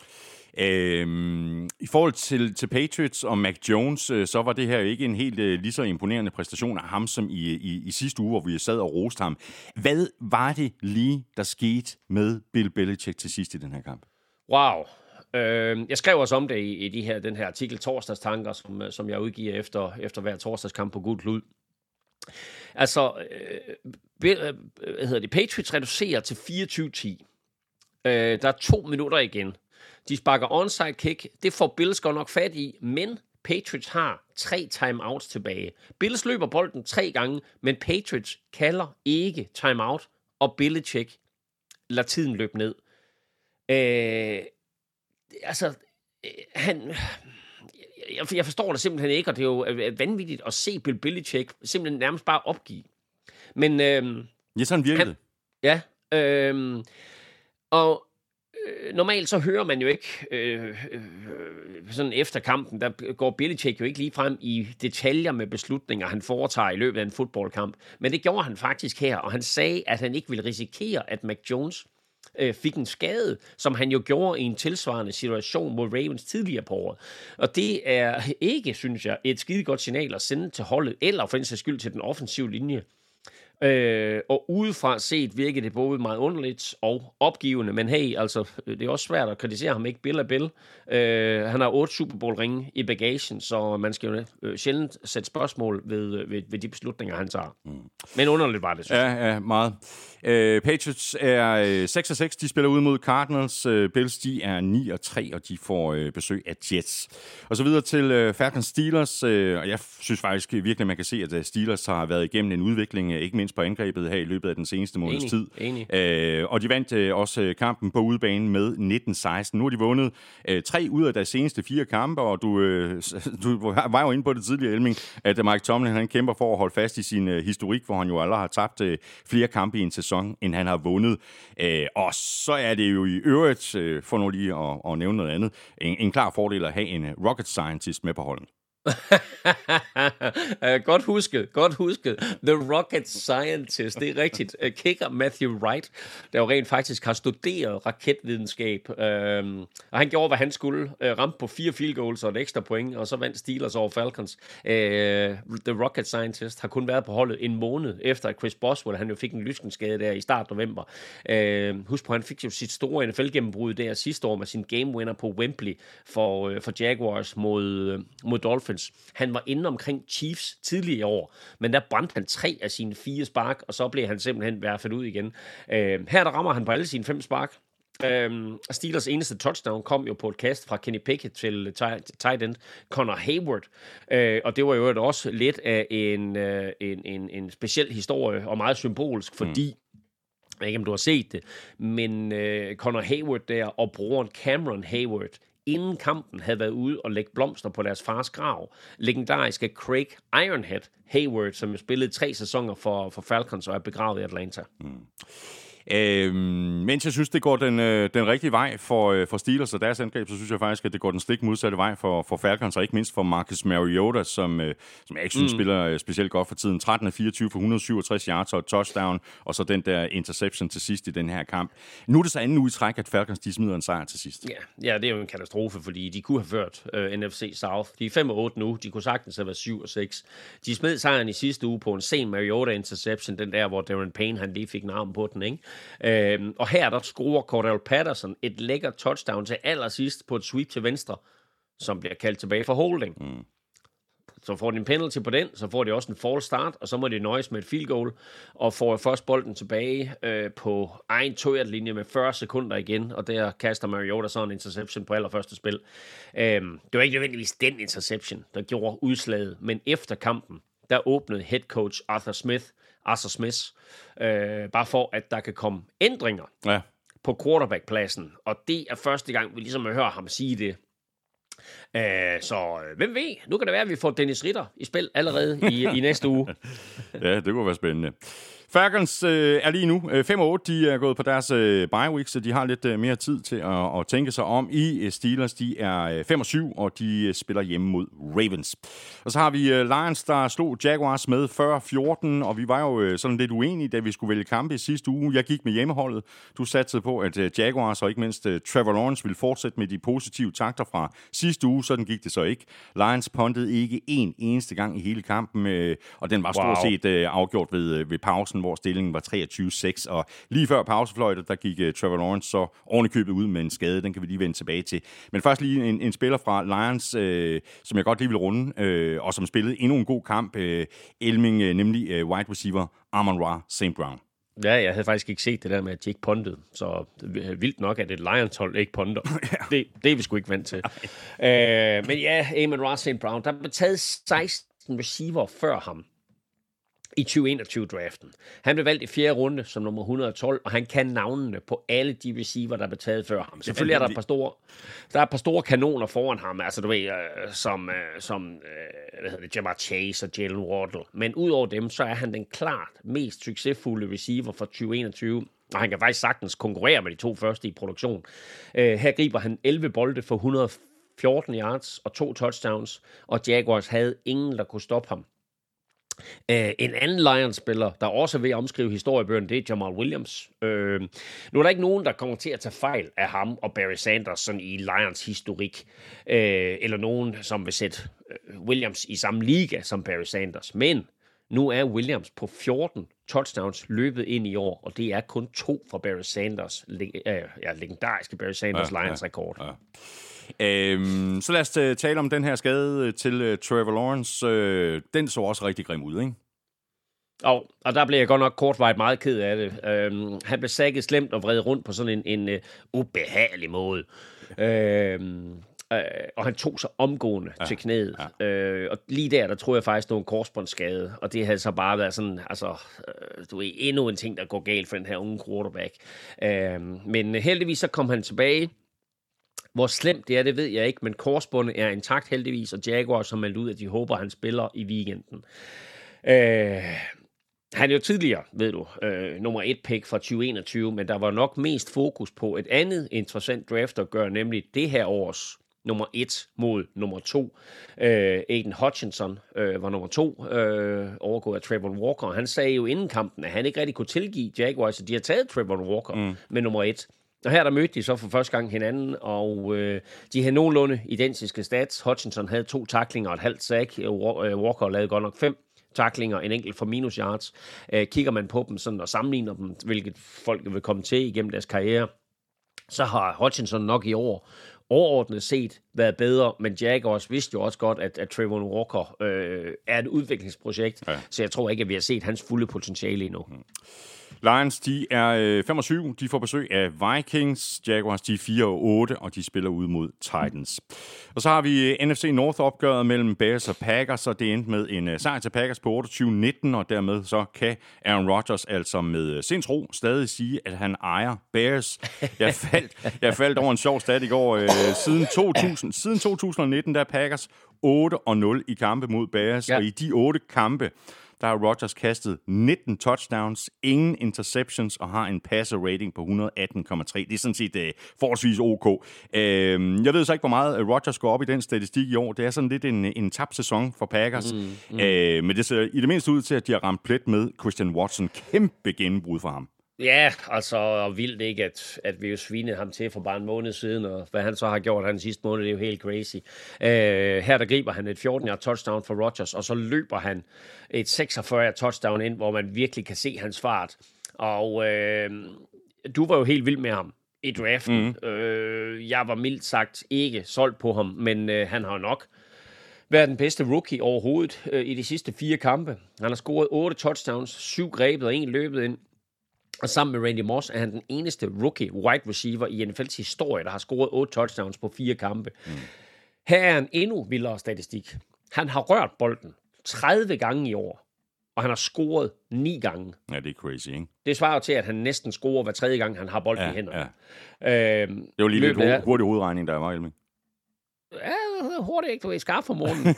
Øhm, I forhold til, til Patriots og Mac Jones, øh, så var det her jo ikke en helt øh, lige så imponerende præstation af ham, som i, i, i sidste uge, hvor vi sad og roste ham. Hvad var det lige, der skete med Bill Belichick til sidst i den her kamp? Wow. Øh, jeg skrev også om det i, i de her, den her artikel Torsdagstanker, som, som jeg udgiver efter, efter hver torsdagskamp på Gul Klud. Altså, øh, hvad hedder det? Patriots reducerer til fireogtyve ti. Øh, der er to minutter igen. De sparker onside kick. Det får Bills godt nok fat i, men Patriots har tre timeouts tilbage. Bills løber bolden tre gange, men Patriots kalder ikke timeout, og Belichick lader tiden løbe ned. Øh, altså, øh, han, jeg, jeg forstår det simpelthen ikke, og det er jo vanvittigt at se Bill Belichick simpelthen nærmest bare opgive. Men, øh, ja, sådan virkede. Ja, øh, og øh, normalt så hører man jo ikke, øh, øh, sådan efter kampen, der går Belichick jo ikke lige frem i detaljer med beslutninger, han foretager i løbet af en fodboldkamp. Men det gjorde han faktisk her, og han sagde, at han ikke ville risikere, at Mac Jones fik en skade, som han jo gjorde i en tilsvarende situation mod Ravens tidligere på året. Og det er ikke, synes jeg, et skide godt signal at sende til holdet, eller for en sags skyld til den offensive linje. Øh, og udefra set virker det både meget underligt og opgivende, men hey, altså, det er også svært at kritisere ham, ikke? Bill er Bill. Øh, han har otte Super Bowl-ringe i bagagen, så man skal jo øh, sjældent sætte spørgsmål ved, ved, ved de beslutninger, han tager. Mm. Men underligt var det, synes jeg. Ja, ja, meget. Øh, Patriots er øh, seks og seks, de spiller ud mod Cardinals. Øh, Bills, de er ni og tre, og de får øh, besøg af Jets. Og så videre til øh, Falcons Steelers, øh, og jeg synes faktisk virkelig, man kan se, at Steelers har været igennem en udvikling, ikke mindst på angrebet her i løbet af den seneste måneds enig, tid. Enig. Øh, og de vandt øh, også kampen på udebane med nitten seksten. Nu har de vundet øh, tre ud af deres seneste fire kampe, og du, øh, du var jo inde på det tidligere, Elming, at Mike Tomlin, han kæmper for at holde fast i sin øh, historik, hvor han jo allerede har tabt øh, flere kampe i en sæson, end han har vundet. Øh, og så er det jo i øvrigt, øh, for nu lige at, at nævne noget andet, en, en klar fordel at have en rocket scientist med på holden. godt husket, godt husket. The Rocket Scientist, det er rigtigt. Kicker Matthew Wright, der jo rent faktisk har studeret raketvidenskab. Øhm, og han gjorde, hvad han skulle. Øh, ramte på fire field goals og et ekstra point, og så vandt Steelers over Falcons. Øh, The Rocket Scientist har kun været på holdet en måned efter, at Chris Boswell, han jo fik en lyskenskade der i start november. Øh, husk på, han fik jo sit store N F L-gennembrud der sidste år med sin game winner på Wembley for, øh, for Jaguars mod, mod Dolphins. Han var inde omkring Chiefs tidligere i år, men der brændte han tre af sine fire spark, og så blev han simpelthen værfet ud igen. Øh, her der rammer han på alle sine fem spark. Øh, Steelers eneste touchdown kom jo på et kast fra Kenny Pickett til tight end Connor Hayward, øh, og det var jo også lidt af en, øh, en, en, en speciel historie, og meget symbolsk, fordi mm. Jeg ved ikke, om du har set det, men øh, Connor Hayward der og broren Cameron Hayward, inden kampen havde været ude og lægge blomster på deres fars grav. Legendariske Craig Ironhead Hayward, som spillede tre sæsoner for, for Falcons og er begravet i Atlanta. Mm. Øhm, mens jeg synes, det går den, øh, den rigtige vej for, øh, for Steelers og deres angreb, så synes jeg faktisk, at det går den stik modsatte vej for, for Falcons, og ikke mindst for Marcus Mariota, som, øh, som jeg ikke synes mm. spiller øh, specielt godt for tiden. tretten af fireogtyve for et hundrede og syvogtres yards og et touchdown, og så den der interception til sidst i den her kamp. Nu er det så anden uge i træk, at Falcons de smider en sejr til sidst. Ja, ja, det er jo en katastrofe, fordi de kunne have ført øh, N F C South. De er fem og otte nu, de kunne sagtens have været syv og seks. De smed sejren i sidste uge på en sen Mariota interception, den der, hvor Darren Payne han lige fik en arm på den, ikke? Øhm, og her der skruer Cordell Patterson et lækkert touchdown til allersidst på et sweep til venstre, som bliver kaldt tilbage for holding. Mm. Så får de en penalty på den, så får de også en false start, og så må de nøjes med et field goal, og får først bolden tilbage øh, på egen to-yard-linje med fyrre sekunder igen, og der kaster Mariota så en interception på allerførste spil. Øhm, det var ikke nødvendigvis den interception, der gjorde udslaget, men efter kampen, der åbnede head coach Arthur Smith, Arthur Smith, øh, bare for, at der kan komme ændringer ja. på quarterbackpladsen, og det er første gang, vi ligesom har hørt ham sige det. Uh, så uh, hvem ved? Nu kan det være, at vi får Dennis Ritter i spil allerede i, i næste uge. Ja, det kunne være spændende. Falcons øh, er lige nu øh, fem og otte, de er gået på deres øh, bye week, så de har lidt øh, mere tid til at, at tænke sig om. I Steelers, de er øh, fem og syv, og de øh, spiller hjemme mod Ravens. Og så har vi øh, Lions, der slog Jaguars med fyrre fjorten, og vi var jo øh, sådan lidt uenige, da vi skulle vælge kampe i sidste uge. Jeg gik med hjemmeholdet. Du satte på, at øh, Jaguars og ikke mindst øh, Trevor Lawrence ville fortsætte med de positive takter fra sidste uge. Sådan gik det så ikke. Lions puntede ikke en eneste gang i hele kampen, øh, og den var stort wow. set øh, afgjort ved, øh, ved pausen, hvor stillingen var treogtyve seks, og lige før pausefløjtet, der gik uh, Trevor Lawrence så ovenikøbet ud med en skade, den kan vi lige vende tilbage til. Men først lige en, en spiller fra Lions, øh, som jeg godt lige vil runde, øh, og som spillede endnu en god kamp, øh, Elming, øh, nemlig øh, wide receiver Amon-Ra Saint Brown. Ja, jeg havde faktisk ikke set det der med, at de ikke puntede, så det er vildt nok, at et Lions-hold ikke punter. ja. det, det er vi sgu ikke vant til. øh, men ja, Amon-Ra Saint Brown, der blev taget seksten receiver før ham i tyve enogtyve-draften. Han blev valgt i fjerde runde som nummer et hundrede og tolv, og han kan navnene på alle de receiver, der blev taget før ham. Selvfølgelig er der et par store, der er et par store kanoner foran ham, altså du ved, øh, som, øh, som øh, hvad hedder det, Jamar Chase og Jalen Waddle. Men udover dem, så er han den klart mest succesfulde receiver for tyve enogtyve, og han kan faktisk sagtens konkurrere med de to første i produktion. Øh, her griber han elleve bolde for et hundrede og fjorten yards og to touchdowns, og Jaguars havde ingen, der kunne stoppe ham. Uh, en anden Lions-spiller, der også er ved at omskrive historiebøgerne, det er Jamal Williams. Uh, nu er der ikke nogen, der kommer til at tage fejl af ham og Barry Sanders sådan i Lions historik, uh, eller nogen, som vil sætte uh, Williams i samme liga som Barry Sanders. Men nu er Williams på fjorten touchdowns løbet ind i år, og det er kun to fra Barry Sanders, leg- uh, ja, legendariske Barry Sanders ja, Lions-rekord. Ja, ja. Øhm, så lad os uh, tale om den her skade til uh, Trevor Lawrence. Uh, den så også rigtig grim ud, ikke? Og, og der blev jeg godt nok kortvarigt meget ked af det. Øhm, han blev sækket slemt og vredet rundt på sådan en, en uh, ubehagelig måde. øhm, øh, og han tog sig omgående ja, til knæet. Ja. Øh, og lige der, der tror jeg faktisk, det var en korsbåndsskade. Og det havde så bare været sådan, altså, øh, du ved, endnu en ting, der går galt for den her unge quarterback. Øh, men heldigvis så kom han tilbage. Hvor slemt det er, det ved jeg ikke, men korsbåndet er intakt heldigvis, og Jaguars har meldt ud, at de håber, at han spiller i weekenden. Øh, han er jo tidligere, ved du, øh, nummer et pick fra tyve enogtyve, men der var nok mest fokus på et andet interessant draft at gøre, nemlig det her års nummer et mod nummer to. Øh, Aiden Hutchinson øh, var nummer to, øh, overgået af Trevor Walker, og han sagde jo inden kampen, at han ikke rigtig kunne tilgive Jaguars, at de har taget Trevor Walker mm. med nummer et. Og her der mødte de så for første gang hinanden, og øh, de havde nogenlunde identiske stats. Hutchinson havde to tacklinger og et halvt sack. Walker lavede godt nok fem tacklinger, en enkelt for minus yards. Øh, kigger man på dem sådan, og sammenligner dem, hvilket folk vil komme til igennem deres karriere, så har Hutchinson nok i år overordnet set været bedre, men Jaguars vidste jo også godt, at, at Trevor Walker øh, er et udviklingsprojekt, ja. Så jeg tror ikke, at vi har set hans fulde potentiale endnu. Mm. Lions, de er øh, fem og syv. De får besøg af Vikings. Jaguars, de er fire og otte, og de spiller ud mod Titans. Og så har vi N F C North-opgøret mellem Bears og Packers, og det endte med en uh, sejr til Packers på otteogtyve nitten, og dermed så kan Aaron Rodgers altså med sindsro stadig sige, at han ejer Bears. Jeg faldt, jeg faldt over en sjov stat i går. Øh, siden, to tusind, siden to tusind og nitten, der er Packers otte og nul i kampe mod Bears, ja. Og i de otte kampe, der har Rodgers kastet nitten touchdowns, ingen interceptions og har en passer rating på et hundrede og atten komma tre. Det er sådan set uh, forholdsvis ok. Uh, jeg ved så ikke, hvor meget Rodgers går op i den statistik i år. Det er sådan lidt en, en tabt sæson for Packers. Mm, mm. Uh, men det ser i det mindste ud til, at de har ramt plet med Christian Watson. Kæmpe gennembrud for ham. Ja, altså vildt ikke, at, at vi jo svinede ham til for bare en måned siden, og hvad han så har gjort han sidste måned, det er jo helt crazy. Uh, her der griber han et fjorten-yard touchdown for Rodgers, og så løber han et seksogfyrre-yard touchdown ind, hvor man virkelig kan se hans fart. Og uh, du var jo helt vild med ham i draften. Mm. Uh, jeg var mildt sagt ikke solgt på ham, men uh, han har nok været den bedste rookie overhovedet uh, i de sidste fire kampe. Han har scoret otte touchdowns, syv grebet og en løbet ind. Og sammen med Randy Moss er han den eneste rookie wide receiver i N F L's historie, der har scoret otte touchdowns på fire kampe. Mm. Her er en endnu vildere statistik. Han har rørt bolden tredive gange i år, og han har scoret ni gange. Ja, det er crazy, ikke? Det svarer jo til, at han næsten scorer hver tredje gang, han har bolden ja, i hænderne. Ja. Øhm, det var lige lidt hu- hurtig hovedregning, der var, Elming. Ja, hurtigt ikke, du er i skarp for morgenen.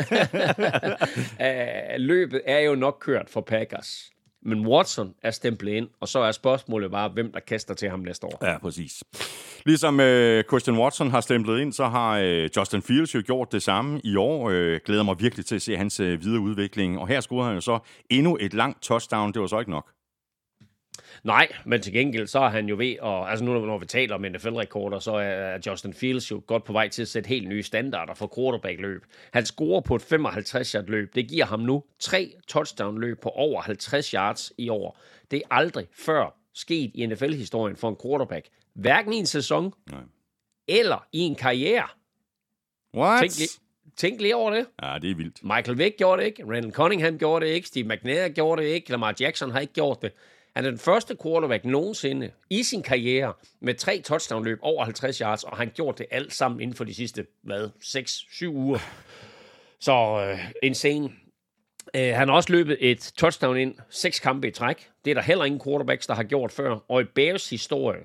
Løbet er jo nok kørt for Packers. Men Watson er stemplet ind, og så er spørgsmålet bare, hvem der kaster til ham næste år. Ja, præcis. Ligesom øh, Christian Watson har stemplet ind, så har øh, Justin Fields jo gjort det samme i år. Øh, glæder mig virkelig til at se hans øh, videre udvikling. Og her scorede han jo så endnu et langt touchdown. Det var så ikke nok. Nej, men til gengæld så er han jo ved, og altså nu når vi taler om N F L-rekorder, så er Justin Fields jo godt på vej til at sætte helt nye standarder for quarterback-løb. Han scorer på et femoghalvtreds-yard løb. Det giver ham nu tre touchdown-løb på over halvtreds yards i år. Det er aldrig før sket i N F L-historien for en quarterback. Hverken i en sæson, Nej. eller i en karriere. What? Tænk lige, tænk lige over det. Ja, det er vildt. Michael Vick gjorde det ikke, Randall Cunningham gjorde det ikke, Steve McNair gjorde det ikke, Lamar Jackson har ikke gjort det. Han er den første quarterback nogensinde i sin karriere med tre touchdown-løb over halvtreds yards, og han gjort det alt sammen inden for de sidste, hvad, seks syv uger. Så uh, insane. Uh, han har også løbet et touchdown ind, seks kampe i træk. Det er der heller ingen quarterbacks, der har gjort før. Og i Bears historie,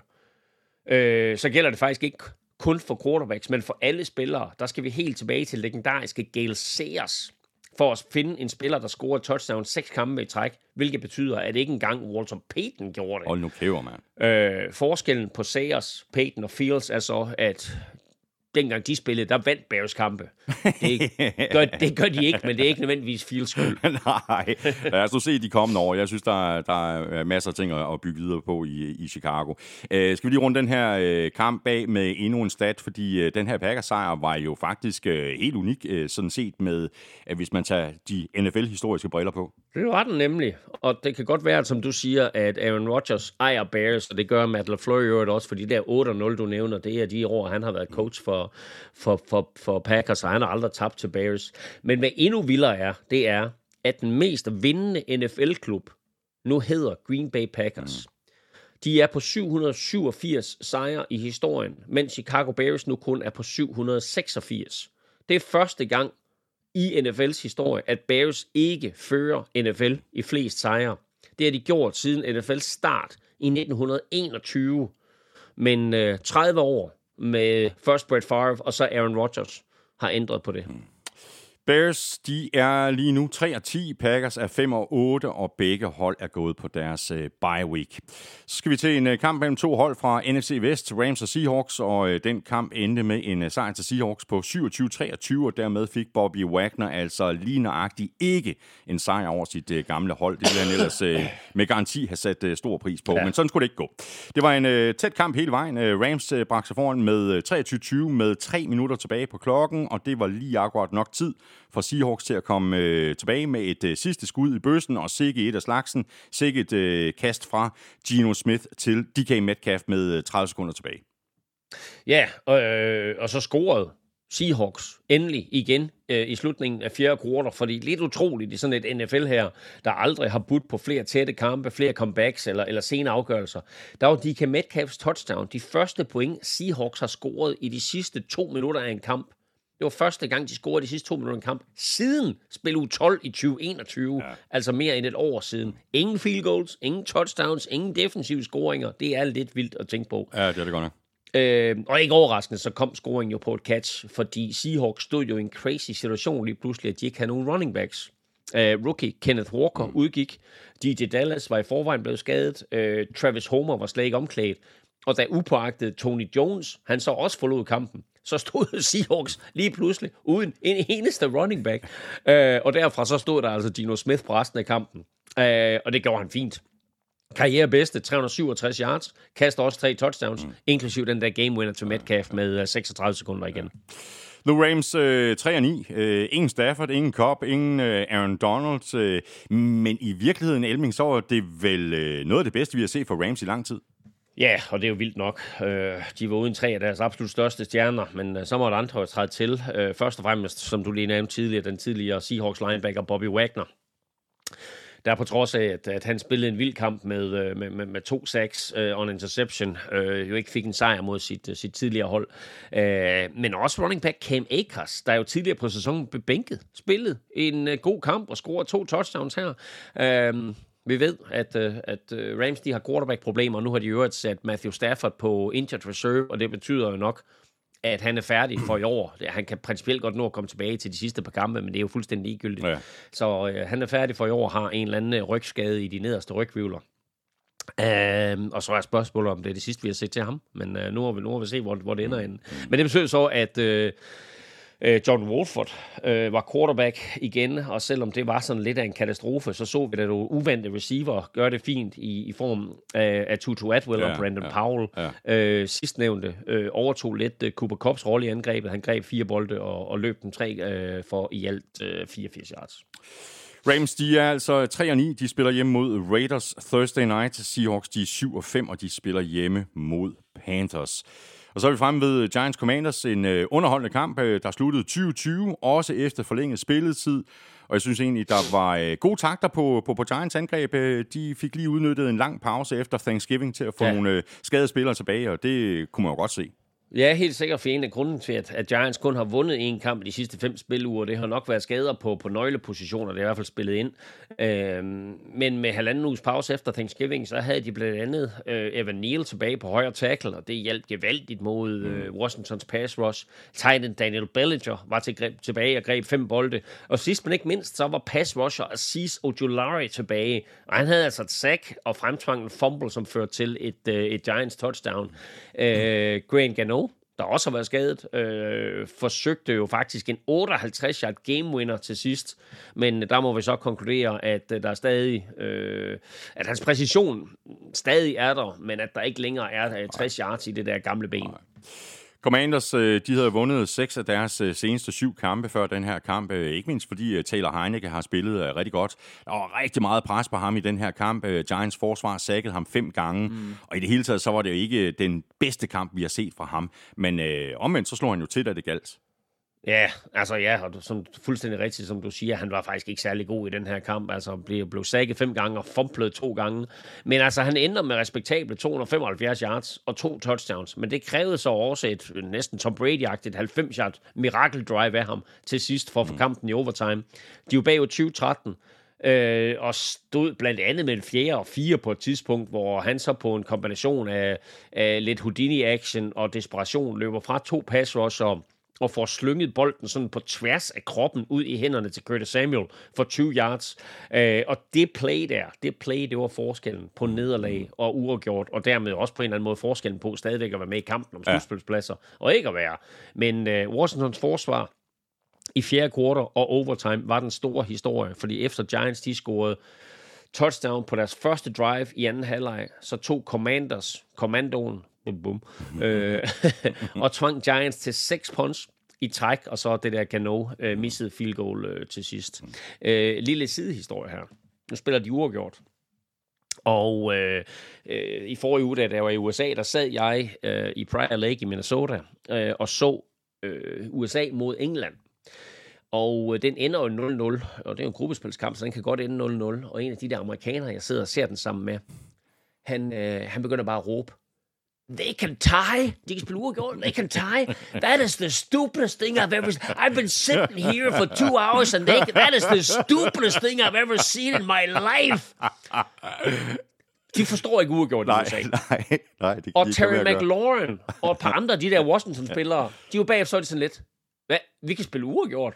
uh, så gælder det faktisk ikke kun for quarterbacks, men for alle spillere. Der skal vi helt tilbage til legendariske Gale Sayers, for at finde en spiller, der scorer touchdown seks kampe i træk, hvilket betyder, at ikke engang Walter Payton gjorde det. Hold nu kæver, mand. Øh, forskellen på Sayers, Payton og Fields er så, at dengang de spillede, der vandt Bears kampe. Det gør, det gør de ikke, men det er ikke nødvendigvis Fields skyld. Nej, lad os nu se de kommende år. Jeg synes, der er, der er masser af ting at bygge videre på i, i Chicago. Uh, skal vi lige runde den her uh, kamp bag med endnu en stat, fordi uh, den her Packers-sejr var jo faktisk uh, helt unik, uh, sådan set med, uh, hvis man tager de N F L-historiske briller på. Det var den nemlig, og det kan godt være, som du siger, at Aaron Rodgers ejer Bears, og det gør Matt LaFleur jo også, fordi der otte nul, du nævner, det er de år, han har været coach for, for, for, for Packers, og han har aldrig tabt til Bears. Men hvad endnu vildere er, det er, at den mest vindende N F L-klub nu hedder Green Bay Packers. Mm. De er på syv hundrede syvogfirs sejre i historien, mens Chicago Bears nu kun er på syv hundrede seksogfirs. Det er første gang i N F L's historie, at Bears ikke fører N F L i flest sejre. Det har de gjort siden N F L's start i nitten enogtyve. Men øh, tredive år med først Brett Favre og så Aaron Rodgers har ændret på det. Hmm. Bears, de er lige nu tre og ti, Packers er fem og otte, og begge hold er gået på deres uh, bye week. Så skal vi til en uh, kamp mellem to hold fra N F C Vest, Rams og Seahawks, og uh, den kamp endte med en uh, sejr til Seahawks på syvogtyve treogtyve, og dermed fik Bobby Wagner altså lige nøjagtigt ikke en sejr over sit uh, gamle hold. Det ville han ellers uh, med garanti have sat uh, stor pris på, ja. Men sådan skulle det ikke gå. Det var en uh, tæt kamp hele vejen. Uh, Rams uh, bragte sig foran med uh, treogtyve tyve med tre minutter tilbage på klokken, og det var lige akkurat nok tid for Seahawks til at komme øh, tilbage med et øh, sidste skud i bøssen, og sikke et af slagsen, sikke et øh, kast fra Geno Smith til D K Metcalf med øh, tredive sekunder tilbage. Ja, og, øh, og så scorede Seahawks endelig igen øh, i slutningen af fjerde kvartal, fordi lidt utroligt i sådan et N F L her, der aldrig har budt på flere tætte kampe, flere comebacks eller, eller sene afgørelser. Der var D K Metcalfs touchdown, de første point Seahawks har scoret i de sidste to minutter af en kamp. Det var første gang, de scorede de sidste to minutter af en kamp, siden spil uge tolv i tyve enogtyve, ja. Altså mere end et år siden. Ingen field goals, ingen touchdowns, ingen defensive scoringer. Det er lidt vildt at tænke på. Ja, det er det godt nok. Øh, og ikke overraskende, så kom scoringen jo på et catch, fordi Seahawks stod jo i en crazy situation lige pludselig, at de ikke havde nogen running backs. Uh, rookie Kenneth Walker mm. udgik. D J Dallas var i forvejen blevet skadet. Uh, Travis Homer var slet ikke omklædt. Og da upåagtet Tony Jones, han så også forlod kampen, så stod Seahawks lige pludselig uden en eneste running back. Uh, og derfra så stod der altså Geno Smith på resten af kampen. Uh, og det gjorde han fint. Karriere bedste, tre hundrede og syvogtres yards, kaster også tre touchdowns, mm. inklusiv den der game winner til Metcalf med seksogtredive sekunder igen. The Rams øh, tre og ni. Øh, ingen Stafford, ingen Cobb, ingen øh, Aaron Donald. Øh, men i virkeligheden, Elming, så var det vel øh, noget af det bedste, vi har set for Rams i lang tid. Ja, og det er jo vildt nok. Øh, de var uden tre af deres absolut største stjerner, men øh, så må der andre træde til. Øh, først og fremmest, som du lige nævnte tidligere, den tidligere Seahawks linebacker Bobby Wagner. Der på trods af, at, at han spillede en vild kamp med, med, med, med to sacks øh, og en interception, øh, jo ikke fik en sejr mod sit, sit tidligere hold. Øh, men også running back Cam Akers, der jo tidligere på sæsonen blev bænket, spillede en øh, god kamp og scorede to touchdowns her. Øh, vi ved, at, øh, at Rams de har quarterback-problemer, og nu har de jo sat Matthew Stafford på injured reserve, og det betyder jo nok, at han er færdig for i år. Han kan principielt godt nå at komme tilbage til de sidste par kampe, men det er jo fuldstændig ligegyldigt. Ja. Så øh, han er færdig for i år, har en eller anden rygskade i de nederste rygvivler. Uh, og så er spørgsmålet, om det er det sidste, vi har set til ham. Men uh, nu har vi, nu har vi se, hvor, hvor det ender inden. Men det betyder så, at uh, uh, John Wolford uh, var quarterback igen, og selvom det var sådan lidt af en katastrofe, så så vi da nogle uvante receiver gøre det fint i, i form af, af Tutu Atwell ja, og Brandon ja, Powell. Ja. Uh, sidstnævnte uh, overtog lidt uh, Cooper Kupps rolle i angrebet. Han greb fire bolde og, og løb dem tre uh, for i alt uh, fireogfirs yards. Rams, de er altså tre og ni. De spiller hjemme mod Raiders Thursday night. Seahawks, de er syv og fem, og de spiller hjemme mod Panthers. Og så er vi fremme ved Giants Commanders, en øh, underholdende kamp, øh, der sluttede tyve tyve, også efter forlænget spilletid. Og jeg synes egentlig, der var øh, gode takter på, på, på Giants angreb. De fik lige udnyttet en lang pause efter Thanksgiving til at få ja. nogle øh, skadede spillere tilbage, og det kunne man jo godt se. Ja, helt sikkert for en af grunden til, at, at Giants kun har vundet en kamp i de sidste fem spiluger. Det har nok været skader på, på nøglepositioner, det er i hvert fald spillet ind. Øhm, men med halvanden uges pause efter Thanksgiving, så havde de blandt andet øh, Evan Neal tilbage på højre tackle, og det hjalp gevaldigt mod øh, Washingtons pass rush. Tight end Daniel Bellinger var til greb, tilbage og greb fem bolde. Og sidst men ikke mindst, så var pass rusher Azeez Ojulari tilbage. Og han havde altså et sack og fremtvang en fumble, som førte til et, øh, et Giants touchdown. Øh, Grant Gano, der også har været skadet, øh, forsøgte jo faktisk en otteoghalvtreds yard game winner til sidst, men der må vi så konkludere, at der er stadig, øh, at hans præcision stadig er der, men at der ikke længere er tres yards i det der gamle ben. Commanders, de havde vundet seks af deres seneste syv kampe før den her kamp. Ikke mindst fordi Taylor Heineke har spillet rigtig godt. Der var rigtig meget pres på ham i den her kamp. Giants forsvar sackede ham fem gange. Mm. Og i det hele taget, så var det jo ikke den bedste kamp, vi har set fra ham. Men øh, omvendt, så slog han jo til, da det galt. Ja, altså ja, og som fuldstændig rigtigt, som du siger, han var faktisk ikke særlig god i den her kamp. Altså blev, blev sækket fem gange og fumblede to gange. Men altså, han ender med respektable to hundrede og femoghalvfjerds yards og to touchdowns. Men det krævede så også et næsten Tom Brady-agtigt halvfems yard miracle drive af ham til sidst for at få kampen i overtime. De var bagud tyve tretten. Øh, og stod blandt andet med en fjerde og fire på et tidspunkt, hvor han så på en kombination af, af lidt Houdini-action og desperation løber fra to pass rusher og får slynget bolden sådan på tværs af kroppen ud i hænderne til Curtis Samuel for tyve yards. Øh, og det play der, det play, det var forskellen på nederlag og uafgjort, og dermed også på en eller anden måde forskellen på stadigvæk at være med i kampen om slutspilspladser, og ikke at være. Men øh, Washingtons forsvar i fjerde kvartal og overtime var den store historie, fordi efter Giants, de scorede touchdown på deres første drive i anden halvleg, så tog Commanders, kommandoen, bum, bum, øh, og tvang Giants til seks punts i træk, og så det der Gano øh, missede field goal øh, til sidst. Øh, lille sidehistorie her. Nu spiller de uafgjort. Og øh, øh, i forrige uge, da jeg var i U S A, der sad jeg øh, i Prior Lake i Minnesota øh, og så øh, U S A mod England. Og øh, den ender jo nul nul, og det er jo en gruppespilskamp, så den kan godt ende nul nul. Og en af de der amerikanere, jeg sidder og ser den sammen med, han, øh, han begynder bare at råbe, they can tie. De kan spille uafgjort. They can tie. That is the stupidest thing I've ever seen. I've been sitting here for two hours and they can, that is the stupidest thing I've ever seen in my life. De forstår ikke uafgjort i U S A. Nej, nej. Det, og de Terry McLaurin og et par andre af de der Washington-spillere, de er jo bagefter, så er det sådan lidt, hvad? Vi kan spille uafgjort.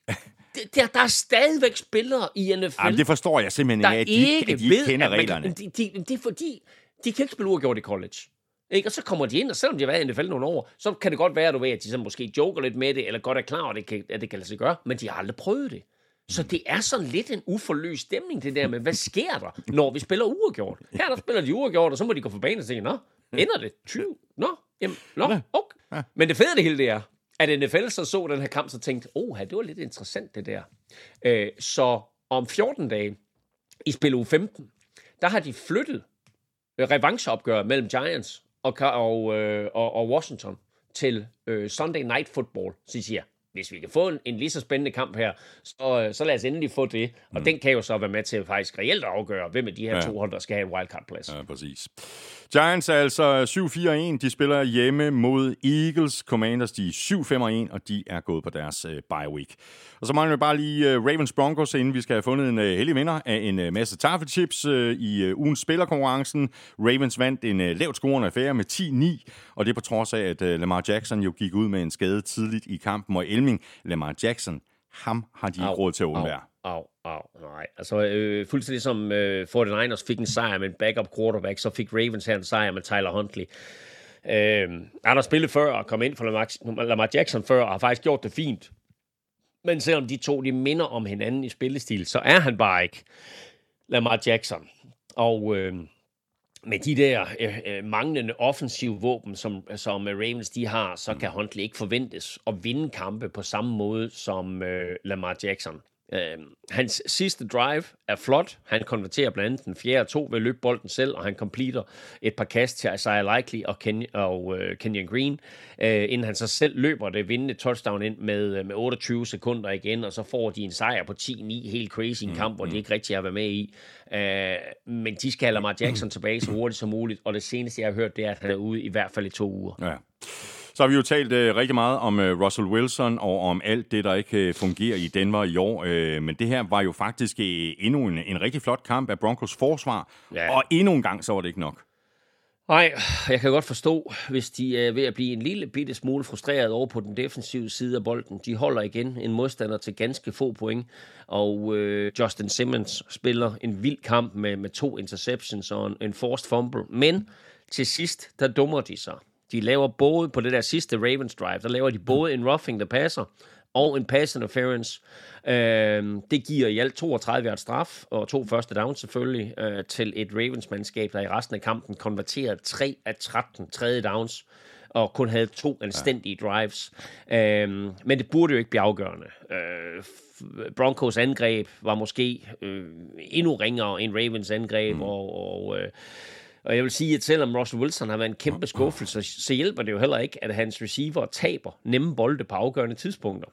Der, der er stadigvæk spillere i N F L. Jamen, det forstår jeg simpelthen ikke, at de ikke, at de ikke kender reglerne. De, de, de, det er fordi, de kan ikke spille uafgjort i college. Ikke? Og så kommer de ind, og selvom de har været i N F L nogle år, så kan det godt være, du ved, at de så måske joker lidt med det, eller godt er klar over, at det kan, at det kan lade sig gøre, men de har aldrig prøvet det. Så det er sådan lidt en uforløst stemning, det der med, hvad sker der, når vi spiller uafgjort? Her der spiller de uafgjort, og så må de gå på banen og sige, nå, ender det tyve? Nå, jamen, nå, okay. Men det fede af det hele, det er, at N F L så så den her kamp, så tænkte, åh, det var lidt interessant, det der. Øh, så om fjorten dage, i spil uge femten, der har de flyttet revancheopgør mellem Giants og, og, øh, og, og Washington til øh, Sunday Night Football. Så de siger, hvis vi kan få en, en lige så spændende kamp her, så, så lad os endelig få det. Og mm. den kan jo så være med til faktisk reelt at afgøre, hvem af de her ja. to hold, der skal have en wildcard-plads. Ja, præcis. Giants er altså syv fire en. De spiller hjemme mod Eagles. Commanders, de er syv fem en, og de er gået på deres uh, bye week. Og så mangler vi bare lige uh, Ravens Broncos, inden vi skal have fundet en uh, heldig vinder af en uh, masse taffelchips uh, i uh, ugens spillerkonkurrencen. Ravens vandt en uh, lavt scorende affære med ti ni, og det er på trods af, at uh, Lamar Jackson jo gik ud med en skade tidligt i kampen. Og Elming, Lamar Jackson, ham har de ikke råd til at undvære. Au, au, nej. Altså, øh, fuldstændig som øh, forty-niners fik en sejr med en backup quarterback, så fik Ravens her en sejr med Tyler Huntley. Øh, han har spillet før og kom ind for Lamar, Lamar Jackson før, og har faktisk gjort det fint. Men selvom de to, de minder om hinanden i spillestil, så er han bare ikke Lamar Jackson. Og øh, med de der øh, manglende offensive våben, som, som Ravens de har, så kan Huntley ikke forventes at vinde kampe på samme måde som øh, Lamar Jackson. Uh, hans sidste drive er flot. Han konverterer blandt andet den fjerde og to ved at løbe bolden selv, og han completer et par kast til Isaiah Likely og, Ken- og uh, Kenyon Green, uh, inden han så selv løber det vindende touchdown ind med, uh, med otteogtyve sekunder igen, og så får de en sejr på ti ni, helt crazy en kamp, hvor de ikke rigtig har været med i. Uh, men de skal have Lamar Jackson tilbage så hurtigt som muligt, og det seneste, jeg har hørt, det er, at han er ude i hvert fald i to uger. Ja. Så har vi jo talt uh, rigtig meget om uh, Russell Wilson og om alt det, der ikke uh, fungerer i Denver i år. Uh, men det her var jo faktisk uh, endnu en, en rigtig flot kamp af Broncos forsvar. Ja. Og endnu en gang, så var det ikke nok. Nej, jeg kan godt forstå, hvis de er ved at blive en lille bitte smule frustreret over på den defensive side af bolden. De holder igen en modstander til ganske få point, og øh, Justin Simmons spiller en vild kamp med, med to interceptions og en, en forced fumble. Men til sidst, der dummer de sig. De laver både på det der sidste Ravens drive, der laver de både en roughing the passer og en pass interference. Øh, det giver i alt toogtredive yards straf og to første downs selvfølgelig øh, til et Ravens-mandskab, der i resten af kampen konverterede tre af tretten tredje downs og kun havde to anstændige drives. Øh, men det burde jo ikke blive afgørende. Øh, Broncos angreb var måske øh, endnu ringere end Ravens angreb, mm. og, og øh, Og jeg vil sige, at selvom Russell Wilson har været en kæmpe skuffelse, så hjælper det jo heller ikke, at hans receiver taber nemme bolde på afgørende tidspunkter.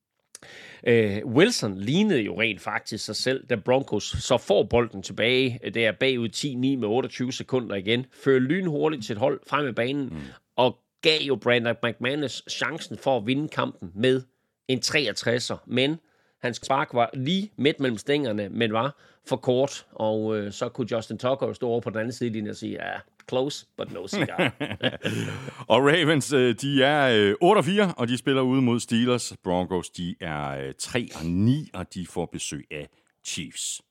Uh, Wilson lignede jo rent faktisk sig selv, da Broncos så får bolden tilbage, der bagud ti ni med otteogtyve sekunder igen, fører lynhurtigt til et hold frem i banen, mm. og gav jo Brandon McManus chancen for at vinde kampen med en treogtredser, men hans spark var lige midt mellem stængerne, men var for kort, og øh, så kunne Justin Tucker jo stå over på den anden side og sige, ja, close, but no cigar. Og Ravens, de er otte og fire, og de spiller ude mod Steelers. Broncos, de er tre og ni, og de får besøg af Chiefs.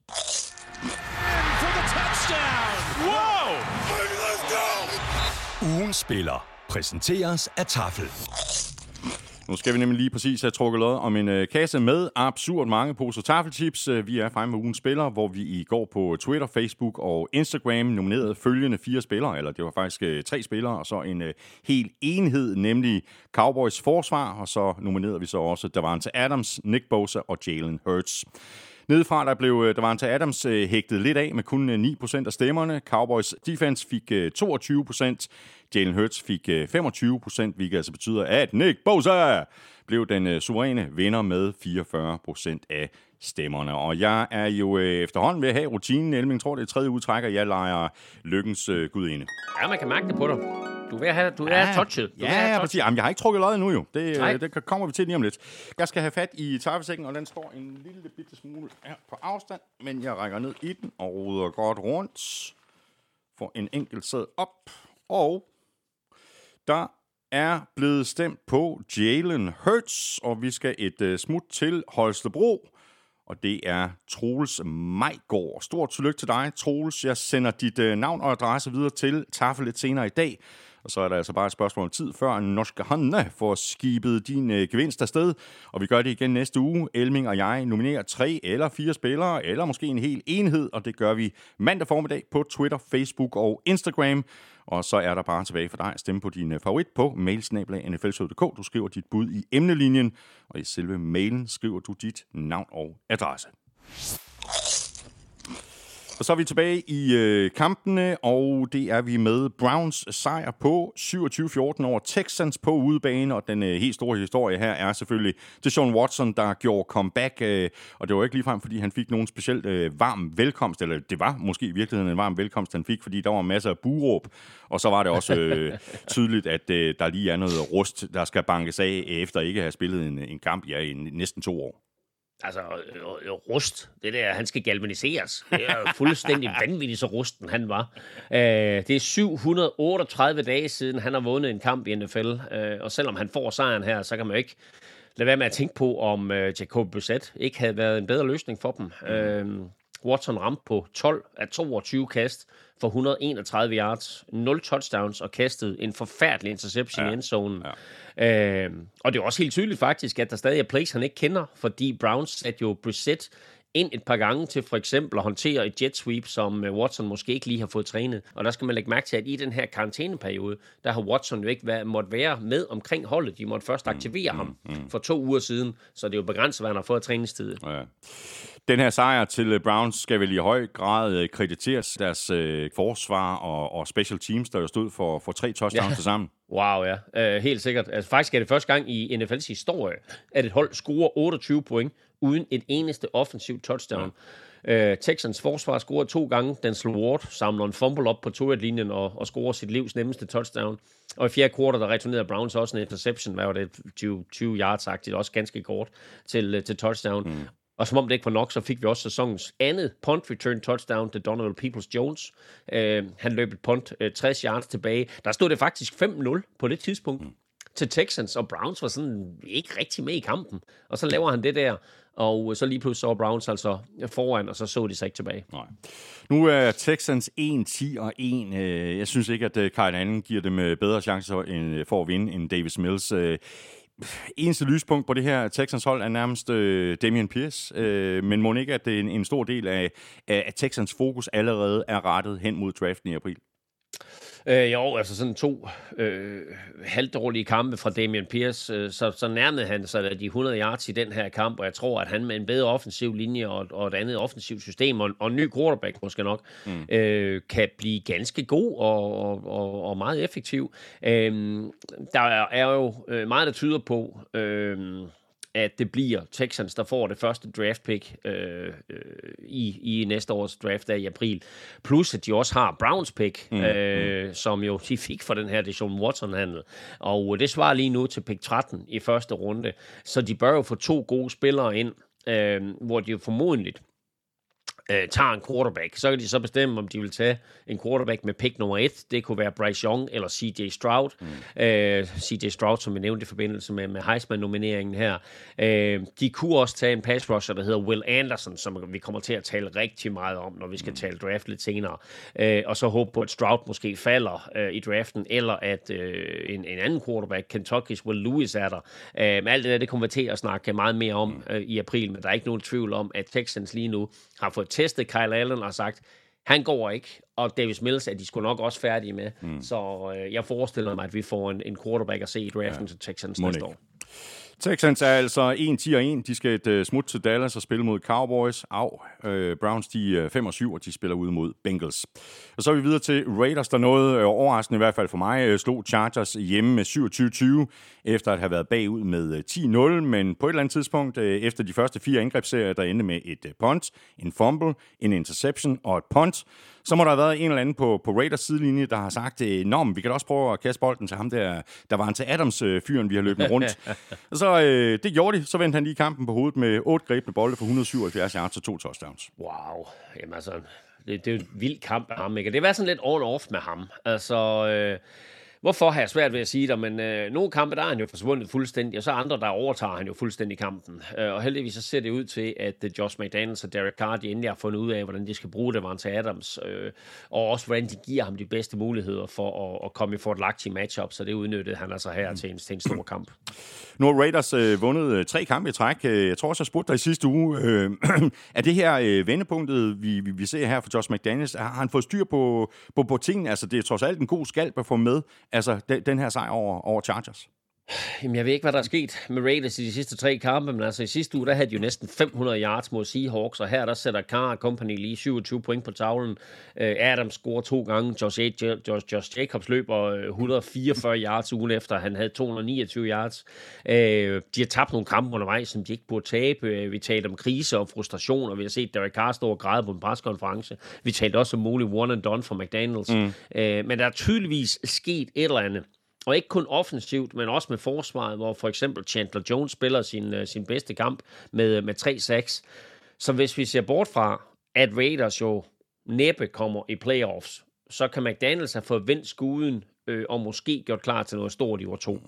Ugen spiller præsenteres af Tafel. Nu skal vi nemlig lige præcis have trukket lod om en øh, kasse med absurd mange poser taffelchips. Vi er fremme med ugens spiller, hvor vi i går på Twitter, Facebook og Instagram nominerede følgende fire spillere, eller det var faktisk øh, tre spillere, og så en øh, hel enhed, nemlig Cowboys forsvar, og så nominerede vi så også Davante Adams, Nick Bosa og Jalen Hurts. Nedefra der blev Davante Adams hægtet lidt af med kun ni procent af stemmerne. Cowboys defense fik toogtyve procent. Jalen Hurts fik femogtyve procent, hvilket altså betyder, at Nick Bosa blev den suveræne vinder med fireogfyrre procent af stemmerne. Og jeg er jo efterhånden ved at have rutinen. Elming, tror det er tredje udtræk, og jeg leger lykkens øh, gudinde. Ja, man kan mærke det på dig. Du er ved at have, du er ja, have touchet. Du ja, ja, præcis. Jamen, jeg har ikke trukket løjet endnu jo. Det, det kommer vi til lige om lidt. Jeg skal have fat i taffesækken, og den står en lille bitte smule her på afstand. Men jeg rækker ned i den og ruder godt rundt. Får en enkelt sæd op. Og der er blevet stemt på Jalen Hurts, og vi skal et uh, smut til Holstebro. Og det er Troels Majgaard. Stort tillykke til dig, Troels. Jeg sender dit uh, navn og adresse videre til Tafel lidt senere i dag. Og så er der altså bare et spørgsmål om tid, før Norske Hanne får skibet din øh, gevinst afsted. Og vi gør det igen næste uge. Elming og jeg nominerer tre eller fire spillere, eller måske en hel enhed. Og det gør vi mandag formiddag på Twitter, Facebook og Instagram. Og så er der bare tilbage for dig at stemme på din favorit på mailsnablag n f l punktum d k. Du skriver dit bud i emnelinjen, og i selve mailen skriver du dit navn og adresse. Og så er vi tilbage i øh, kampene, og det er vi med Browns sejr på syvogtyve fjorten over Texans på udebane. Og den øh, helt store historie her er selvfølgelig Deshaun Watson, der gjorde comeback. Øh, og det var ikke ligefrem, fordi han fik nogen specielt øh, varm velkomst, eller det var måske i virkeligheden en varm velkomst, han fik, fordi der var masser af buråb. Og så var det også øh, tydeligt, at øh, der lige er noget rust, der skal bankes af, efter ikke at have spillet en, en kamp ja, i næsten to år. Altså, øh, rust, det der, han skal galvaniseres. Det er fuldstændig vanvittigt, så rusten han var. Øh, det er syv hundrede otteogtredive dage siden, han har vundet en kamp i N F L. Øh, og selvom han får sejren her, så kan man jo ikke lade være med at tænke på, om øh, Jacob Brissett ikke havde været en bedre løsning for dem. Mm. Øh, Watson ramte på tolv af toogtyve kast for et hundrede og enogtredive yards, nul touchdowns og kastede en forfærdelig interception ja. i endzonen. Ja. Øh, og det er også helt tydeligt faktisk, at der stadig er plays, han ikke kender, fordi Browns satte jo Brissett ind et par gange til for eksempel at håndtere et jet sweep, som Watson måske ikke lige har fået trænet. Og der skal man lægge mærke til, at i den her karantæneperiode, der har Watson jo ikke været, måtte være med omkring holdet. De måtte først aktivere mm, ham mm, mm. for to uger siden, så det er jo begrænset, hvad han har fået træningstid. Ja. Den her sejr til Browns skal vel i høj grad krediteres deres øh, forsvar og, og special teams, der jo stod for, for tre touchdowns ja. til sammen. Wow, ja. Uh, helt sikkert. Altså, faktisk er det første gang i N F L's historie, at et hold scorer otteogtyve point uden et eneste offensivt touchdown. Ja. Uh, Texans forsvar scorer to gange. Denzel Ward samler en fumble op på to-linjen og, og scorer sit livs nemmeste touchdown. Og i fjerde kvartal, der returnerede Browns også en interception, hvad var det, tyve, tyve yards-agtigt, også ganske kort til, til touchdown. Mm. Og som om det ikke var nok, så fik vi også sæsonens andet punt return touchdown til Donovan Peoples-Jones. Uh, han løb et punt uh, tres yards tilbage. Der stod det faktisk fem nul på det tidspunkt mm. til Texans, og Browns var sådan ikke rigtig med i kampen. Og så laver han det der, og så lige pludselig så var Browns altså foran, og så så de sig ikke tilbage. Nej. Nu er Texans en ti og en. Jeg synes ikke, at Kyle Allen giver dem bedre chancer for at vinde end Davis Mills. Eneste lyspunkt på det her Texans hold er nærmest øh, Dameon Pierce, øh, men må ikke, at det er en, en stor del af, af Texans fokus allerede er rettet hen mod draften i april? Øh, jo, altså sådan to øh, halvdårlige kampe fra Dameon Pierce, øh, så, så nærmede han sig de hundrede yards i den her kamp, og jeg tror, at han med en bedre offensiv linje og, og et andet offensivt system, og, og en ny quarterback måske nok, mm. øh, kan blive ganske god og, og, og, og meget effektiv. Øh, der er, er jo meget, der tyder på... Øh, at det bliver Texans, der får det første draft pick øh, øh, i, i næste års draft dag i april. Plus, at de også har Browns pick, mm, øh, mm. som jo de fik for den her Deshaun Watson-handel. Og det svarer lige nu til pick tretten i første runde. Så de bør jo få to gode spillere ind, øh, hvor de jo formodentligt øh, tager en quarterback. Så kan de så bestemme, om de vil tage en quarterback med pick nummer et. Det kunne være Bryce Young eller C J Stroud. Mm. Øh, C J Stroud, som vi nævnte i forbindelse med, med Heisman-nomineringen her. Øh, de kunne også tage en pass rusher, der hedder Will Anderson, som vi kommer til at tale rigtig meget om, når vi skal mm. tale draft lidt senere. Øh, og så håbe på, at Stroud måske falder øh, i draften, eller at øh, en, en anden quarterback, Kentucky's Will Lewis, er der. Øh, men alt det der, det kommer vi til at snakke meget mere om øh, i april, men der er ikke nogen tvivl om, at Texans lige nu har fået testet Kyle Allen og har sagt, han går ikke, og Davis Mills er de sgu nok også færdige med. Mm. Så øh, jeg forestiller mig, at vi får en, en quarterback at se i draften ja. til Texans næste år. Texans er altså en ti og en. De skal et uh, smut til Dallas og spille mod Cowboys. Au, uh, Browns de uh, fem og syv, og de spiller ude mod Bengals. Og så er vi videre til Raiders, der noget uh, overraskende i hvert fald for mig, uh, slog Chargers hjemme med syvogtyve tyve, efter at have været bagud med uh, ti nul, men på et eller andet tidspunkt, uh, efter de første fire angrebsserier, der endte med et uh, punt, en fumble, en interception og et punt, så må der have været en eller anden på, på Raiders sidelinje, der har sagt, nå, men vi kan da også prøve at kaste bolden til ham der, der var en til Adams-fyren, vi har løbet rundt. Og så øh, det gjorde de, så vendte han lige kampen på hovedet med otte grebne bolde for et hundrede og syvoghalvfjerds yards og to touchdowns. Wow, jamen altså, det, det er jo en vild kamp af ham, ikke? Det var sådan lidt on-off med ham. Altså, øh, hvorfor har jeg svært ved at sige det, men øh, nogle kampe, der er han jo forsvundet fuldstændig, og så andre, der overtager han jo fuldstændig kampen. Øh, og heldigvis så ser det ud til, at uh, Josh McDaniels og Derek Carr, de endelig har fundet ud af, hvordan de skal bruge Davante Adams, øh, og også hvordan de giver ham de bedste muligheder for at, at komme i fordelagtige matchup, så det udnyttede han altså her mm. til, en, til en stor kamp. Nu har Raiders øh, vundet øh, tre kampe i træk. Jeg tror også, jeg spurgte dig i sidste uge. Øh, er det her øh, vendepunktet, vi, vi, vi ser her for Josh McDaniels? Har han fået styr på, på, på tingene? Altså, det er trods alt en god skalp at få med, altså den, den her sejr over, over Chargers. Jamen, jeg ved ikke, hvad der er sket med Raiders i de sidste tre kampe, men altså i sidste uge, der havde de jo næsten fem hundrede yards mod Seahawks, og her der sætter Carr Company lige syvogtyve point på tavlen. Uh, Adams scorer to gange, Josh, A- Josh, Josh Jacobs løber et hundrede og fireogfyrre yards ugen efter, han havde to hundrede og niogtyve yards. Uh, de har tabt nogle kampe undervejs, som de ikke burde tabe. Uh, vi talte om krise og frustration, og vi har set Derek Carr stå og græde på en preskonference. Vi talte også om mulig one and done for McDaniels. Mm. Uh, men der er tydeligvis sket et eller andet. Og ikke kun offensivt, men også med forsvaret, hvor for eksempel Chandler Jones spiller sin, uh, sin bedste kamp med, med tre sacks. Så hvis vi ser bort fra, at Raiders jo næppe kommer i playoffs, så kan McDaniels have fået vendt skuden øh, og måske gjort klar til noget stort i år to.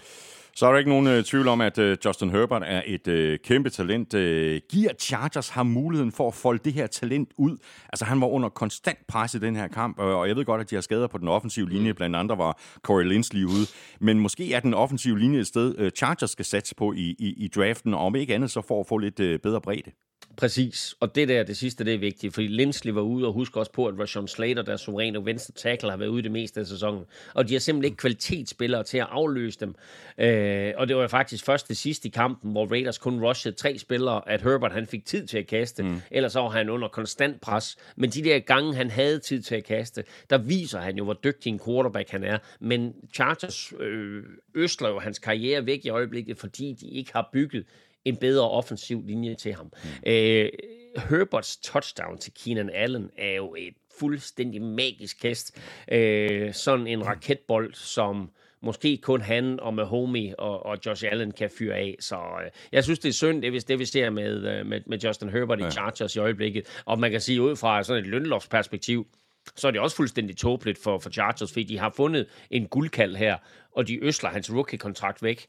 Så er der ikke nogen øh, tvivl om, at øh, Justin Herbert er et øh, kæmpe talent. Øh, giver Chargers ham muligheden for at folde det her talent ud? Altså, han var under konstant pres i den her kamp, og jeg ved godt, at de har skader på den offensive linje. Blandt andre var Corey Linsley ude. Men måske er den offensive linje et sted, øh, Chargers skal satse på i, i, i draften, og om ikke andet, så for at få lidt øh, bedre bredde. Præcis, og det der, det sidste, det er vigtigt, fordi Linsley var ude, og husk også på, at Rashawn Slater, der suveræne venstre tackle, har været ude det meste af sæsonen, og de har simpelthen ikke kvalitetsspillere til at afløse dem. Øh, og det var faktisk først det sidste i kampen, hvor Raiders kun rushede tre spillere, at Herbert han fik tid til at kaste, mm. ellers var han under konstant pres. Men de der gange, han havde tid til at kaste, der viser han jo, hvor dygtig en quarterback han er. Men Chargers øh, øsler jo hans karriere væk i øjeblikket, fordi de ikke har bygget en bedre offensiv linje til ham. Mm. Øh, Herberts touchdown til Keenan Allen er jo et fuldstændig magisk kast. Øh, sådan en raketbold, som måske kun han og Mahomes og, og Josh Allen kan fyre af. Så øh, jeg synes, det er synd, det, det vi ser med, med, med Justin Herbert i Chargers ja. i øjeblikket. Og man kan sige, ud fra sådan et lønloftsperspektiv, så er det også fuldstændig tåbeligt for, for Chargers, fordi de har fundet en guldkald her, og de øsler hans rookie-kontrakt væk.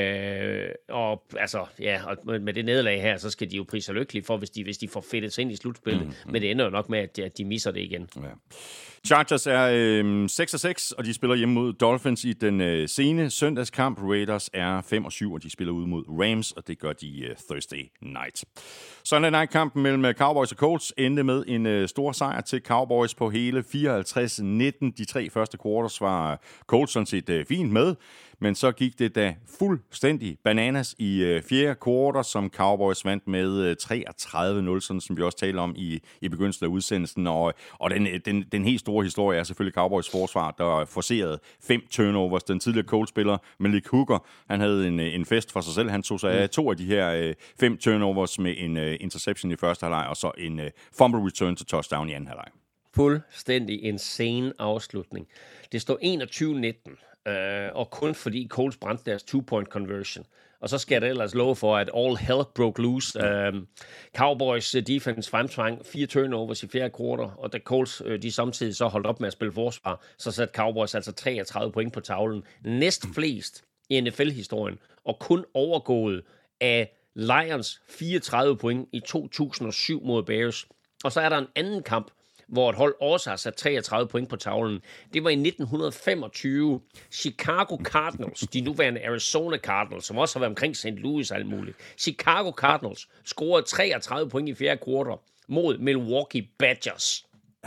Øh, og altså, ja, og med, med det nederlag her, så skal de jo prise sig lykkelige for, hvis de, hvis de får fedtet sig ind i slutspillet. Mm-hmm. Men det ender jo nok med, at de, at de misser det igen. Ja. Chargers er øh, seks og seks, og de spiller hjemme mod Dolphins i den øh, sene søndagskamp. Raiders er fem og syv, og de spiller ude mod Rams, og det gør de øh, Thursday night. Sunday night-kampen mellem Cowboys og Colts endte med en øh, stor sejr til Cowboys på hele fireoghalvtreds nitten. De tre første quarters var Colts sådan set øh, fint med, men så gik det da fuldstændig bananas i øh, fjerde quarter, som Cowboys vandt med øh, treogtredive nul, sådan som vi også talte om i, i begyndelsen af udsendelsen. Og, og den, den, den helt store historie er selvfølgelig Cowboys forsvar, der forcerede fem turnovers. Den tidligere Colts-spiller Malik Hooker, han havde en, en fest for sig selv. Han tog sig af to af de her øh, fem turnovers med en øh, interception i første halvleg, og så en øh, fumble return til touchdown i anden halvleg. Fuldstændig insane afslutning. Det står enogtyve nitten. Uh, og kun fordi Colts brændte deres two-point conversion. Og så skal det ellers love for, at all hell broke loose. Uh, Cowboys defense fremtvang fire turnovers i fjerde kvartal, og da Colts uh, de samtidig så holdt op med at spille forsvar, så satte Cowboys altså treogtredive point på tavlen. Næst flest i N F L-historien, og kun overgået af Lions fireogtredive point i to tusind og syv mod Bears. Og så er der en anden kamp, hvor et hold også har sat treogtredive point på tavlen. Det var i nitten femogtyve. Chicago Cardinals, de nuværende Arizona Cardinals, som også har været omkring Saint Louis og alt muligt. Chicago Cardinals scorede treogtredive point i fjerde kvartal mod Milwaukee Badgers.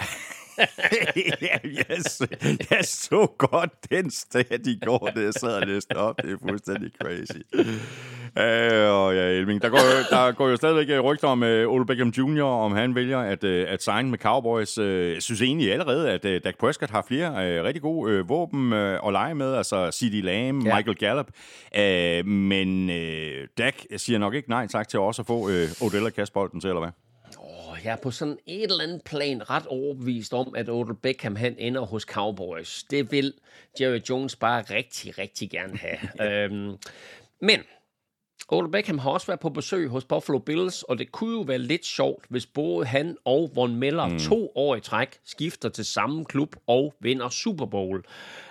jeg, så, jeg så godt den stat i går, det jeg sad og læste op. Det er fuldstændig crazy. Uh, ja, Elming. Der går, der går jo stadigvæk rygter om uh, Odell Beckham junior, om han vælger at, uh, at signe med Cowboys. Uh, jeg synes egentlig allerede, at uh, Dak Prescott har flere uh, rigtig gode uh, våben uh, at lege med. Altså C D Lamb, ja. Michael Gallup. Uh, men uh, Dak siger nok ikke nej tak til også at få uh, Odell at kaste bolden til, eller hvad? Jeg er på sådan et eller andet plan ret overbevist om, at Odell Beckham han ender hos Cowboys. Det vil Jerry Jones bare rigtig, rigtig gerne have. øhm, men Odell Beckham har også været på besøg hos Buffalo Bills, og det kunne jo være lidt sjovt, hvis både han og Von Miller mm. to år i træk skifter til samme klub og vinder Super Bowl.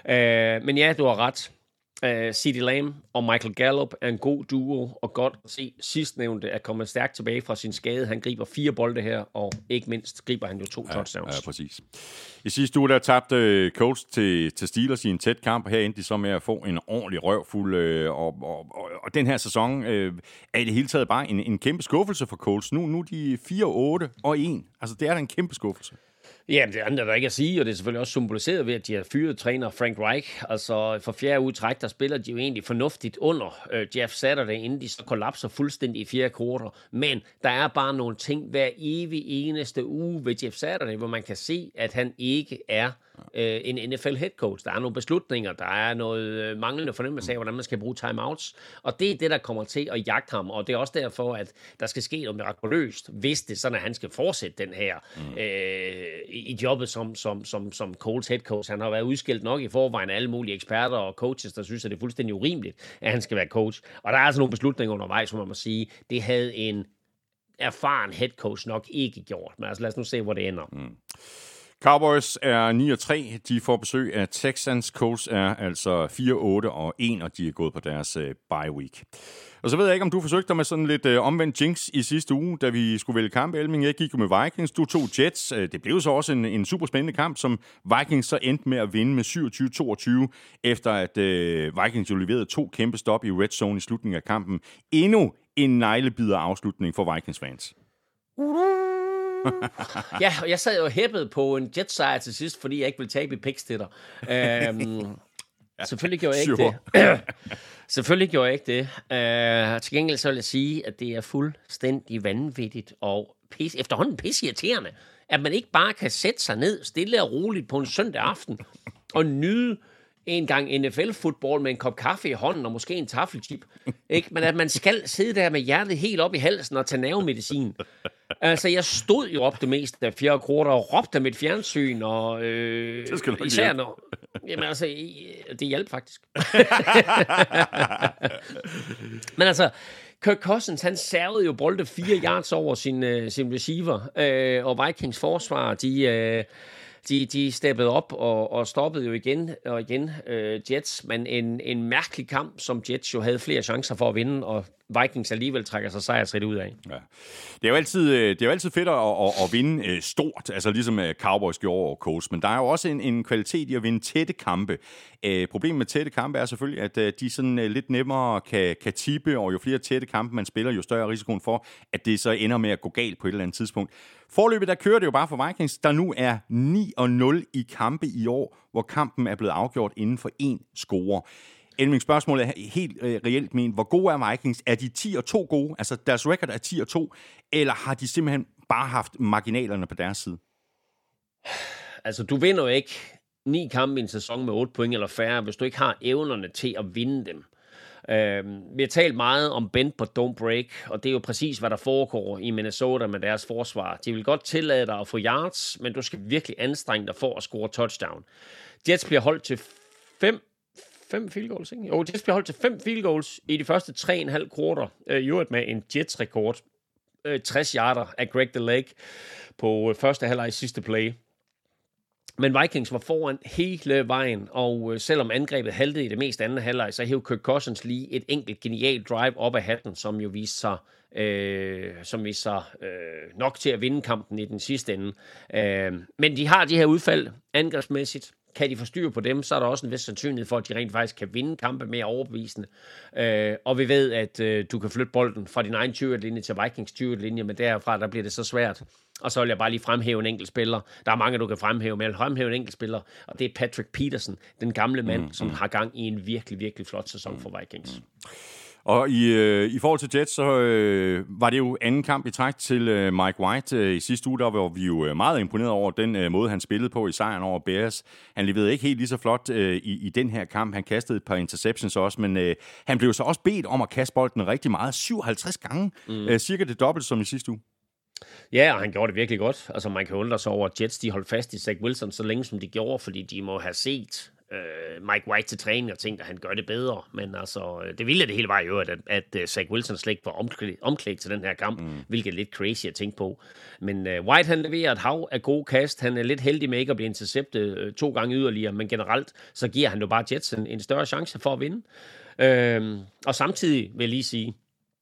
Øh, men ja, du har ret. Uh, C D Lamb og Michael Gallup er en god duo, og godt at se sidstnævnte er kommet stærkt tilbage fra sin skade. Han griber fire bolde her, og ikke mindst griber han jo to ja, touchdowns. Ja, præcis. I sidste uge der tabte Colts til, til Steelers i en tæt kamp, og her endte de så med at få en ordentlig røvfuld. Øh, og, og, og, og den her sæson øh, er i det hele taget bare en, en kæmpe skuffelse for Colts. Nu, nu er de fire otte og en. Altså, det er da en kæmpe skuffelse. Ja, det andet er der ikke at sige, og det er selvfølgelig også symboliseret ved, at de har fyret træner Frank Reich. Altså for fjerde uge træk, der spiller de jo egentlig fornuftigt under øh, Jeff Saturday, inden de så kollapser fuldstændig i fjerde kvartal. Men der er bare nogle ting hver evig eneste uge ved Jeff Saturday, hvor man kan se, at han ikke er øh, en N F L head coach. Der er nogle beslutninger, der er noget øh, manglende fornemmelse af, hvordan man skal bruge timeouts. Og det er det, der kommer til at jagte ham. Og det er også derfor, at der skal ske noget mirakuløst, hvis det sådan, at han skal fortsætte den her øh, i jobbet som, som, som, som Colts head coach. Han har været udskilt nok i forvejen af alle mulige eksperter og coaches, der synes, at det er fuldstændig urimeligt, at han skal være coach. Og der er altså nogle beslutninger undervejs, som man må sige, det havde en erfaren head coach nok ikke gjort. Men altså lad os nu se, hvor det ender. Mm. Cowboys er ni og tre. De får besøg af Texans. Colts er altså fire otte og en, og de er gået på deres uh, bye week. Og så ved jeg ikke, om du forsøgte dig med sådan lidt uh, omvendt jinx i sidste uge, da vi skulle vælge kamp. Elming, jeg gik jo med Vikings. Du tog Jets. Uh, det blev så også en, en super spændende kamp, som Vikings så endte med at vinde med syvogtyve toogtyve, efter at uh, Vikings jo leverede to kæmpe stop i red zone i slutningen af kampen. Endnu en neglebider afslutning for Vikings-fans. Ja, og jeg sad jo hæppet på en Jets-sejr til sidst, fordi jeg ikke ville tabe i picks til dig. Øhm, selvfølgelig gjorde jeg ikke sure. det. selvfølgelig gjorde jeg ikke det. Øh, til gengæld så vil jeg sige, at det er fuldstændig vanvittigt og pis, efterhånden pisseirriterende, at man ikke bare kan sætte sig ned stille og roligt på en søndag aften og nyde en gang N F L-fodbold med en kop kaffe i hånden og måske en taffelchip. Ikke? Men at man skal sidde der med hjertet helt op i halsen og tage nervemedicin. Altså, jeg stod jo op det meste af fjerde kvartal og råbte mit fjernsyn, og øh, især når... Jamen altså, det hjalp faktisk. Men altså, Kirk Cousins, han servede jo bolde fire yards over sin, øh, sin receiver, øh, og Vikings forsvar, de... Øh, De, de steppede op og, og stoppede jo igen og igen øh, Jets, men en, en mærkelig kamp, som Jets jo havde flere chancer for at vinde, og Vikings alligevel trækker sig sejrsrigt ud af. Ja. Det er jo altid, det er jo altid fedt at, at, at vinde stort, altså ligesom Cowboys gjorde over Colts, men der er jo også en, en kvalitet i at vinde tætte kampe. Uh, problemet med tætte kampe er selvfølgelig, at uh, de sådan uh, lidt nemmere kan, kan tippe, og jo flere tætte kampe man spiller, jo større risikoen for, at det så ender med at gå galt på et eller andet tidspunkt. Forløbet, der kører det jo bare for Vikings, der nu er ni og nul i kampe i år, hvor kampen er blevet afgjort inden for én score. Elming, spørgsmålet er helt øh, reelt men, hvor gode er Vikings? Er de ti og to gode? Altså deres record er ti og to, eller har de simpelthen bare haft marginalerne på deres side? Altså, du vinder jo ikke ni kampe i en sæson med otte point eller færre, hvis du ikke har evnerne til at vinde dem. Uh, vi har talt meget om bend but don't break, og det er jo præcis, hvad der foregår i Minnesota med deres forsvar. De vil godt tillade dig at få yards, men du skal virkelig anstrenge dig for at score touchdown. Jets bliver holdt til fem Fem field goals, ikke? Jo, Jets bliver holdt til fem field goals i de første tre og en halv kvartal. Øh, jo, med en Jets-rekord. Øh, tres yarder af Greg the Lake på første halvleg i sidste play. Men Vikings var foran hele vejen, og øh, selvom angrebet haltede i det meste anden halvleg, så hævde Kirk Cousins lige et enkelt genialt drive op af hatten, som jo viste sig, øh, som viste sig øh, nok til at vinde kampen i den sidste ende. Øh, men de har de her udfald angrebsmæssigt. Kan de få styr på dem, så er der også en vis sandsynlighed for, at de rent faktisk kan vinde kampe mere overbevisende. Øh, og vi ved, at øh, du kan flytte bolden fra din egen tyve-linje til Vikings tyve-linje, men derfra der bliver det så svært. Og så vil jeg bare lige fremhæve en enkelt spiller. Der er mange, du kan fremhæve, men jeg vil fremhæve en enkelt spiller, og det er Patrick Peterson, den gamle mand, mm, som mm. har gang i en virkelig, virkelig flot sæson for Vikings. Mm. Og i, øh, i forhold til Jets, så øh, var det jo anden kamp i træk til øh, Mike White. Øh, I sidste uge, der var vi jo meget imponeret over den øh, måde, han spillede på i sejren over Bears. Han leverede ikke helt lige så flot øh, i, i den her kamp. Han kastede et par interceptions også, men øh, han blev så også bedt om at kaste bolden rigtig meget. syvoghalvtreds gange. Mm. Øh, cirka det dobbelt som i sidste uge. Ja, og han gjorde det virkelig godt. Altså, man kan undre sig over, at Jets de holdt fast i Zach Wilson så længe, som de gjorde, fordi de må have set øh, Mike White til træning og tænkt, at han gør det bedre. Men altså, det vilde det hele var jo, at, at, at Zach Wilson slet ikke var omklædt, omklædt til den her kamp, mm. hvilket er lidt crazy at tænke på. Men øh, White, han leverer et hav af gode kast. Han er lidt heldig med ikke at blive interceptet øh, to gange yderligere, men generelt, så giver han jo bare Jets en, en større chance for at vinde. Øh, og samtidig vil jeg lige sige,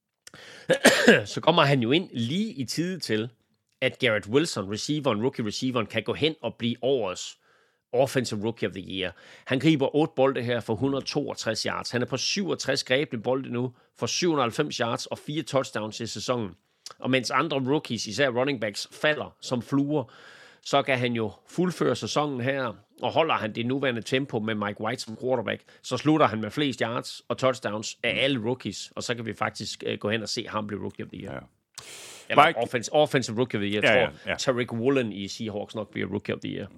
så kommer han jo ind lige i tide til, at Garrett Wilson, receiveren, rookie receiveren, kan gå hen og blive årets Offensive Rookie of the Year. Han griber otte bolde her for et hundrede og toogtres yards. Han er på syvogtres grebne bolde nu for syv hundrede og halvfems yards og fire touchdowns i sæsonen. Og mens andre rookies, især running backs, falder som fluer, så kan han jo fuldføre sæsonen her, og holder han det nuværende tempo med Mike White som quarterback, så slutter han med flest yards og touchdowns af alle rookies, og så kan vi faktisk uh, gå hen og se ham blive Rookie of the Year. Ja. Eller Mike... offensive, offensive Rookie of the Year. Jeg ja, tror, ja, ja. Tariq Woolen i Seahawks nok bliver Rookie of the Year.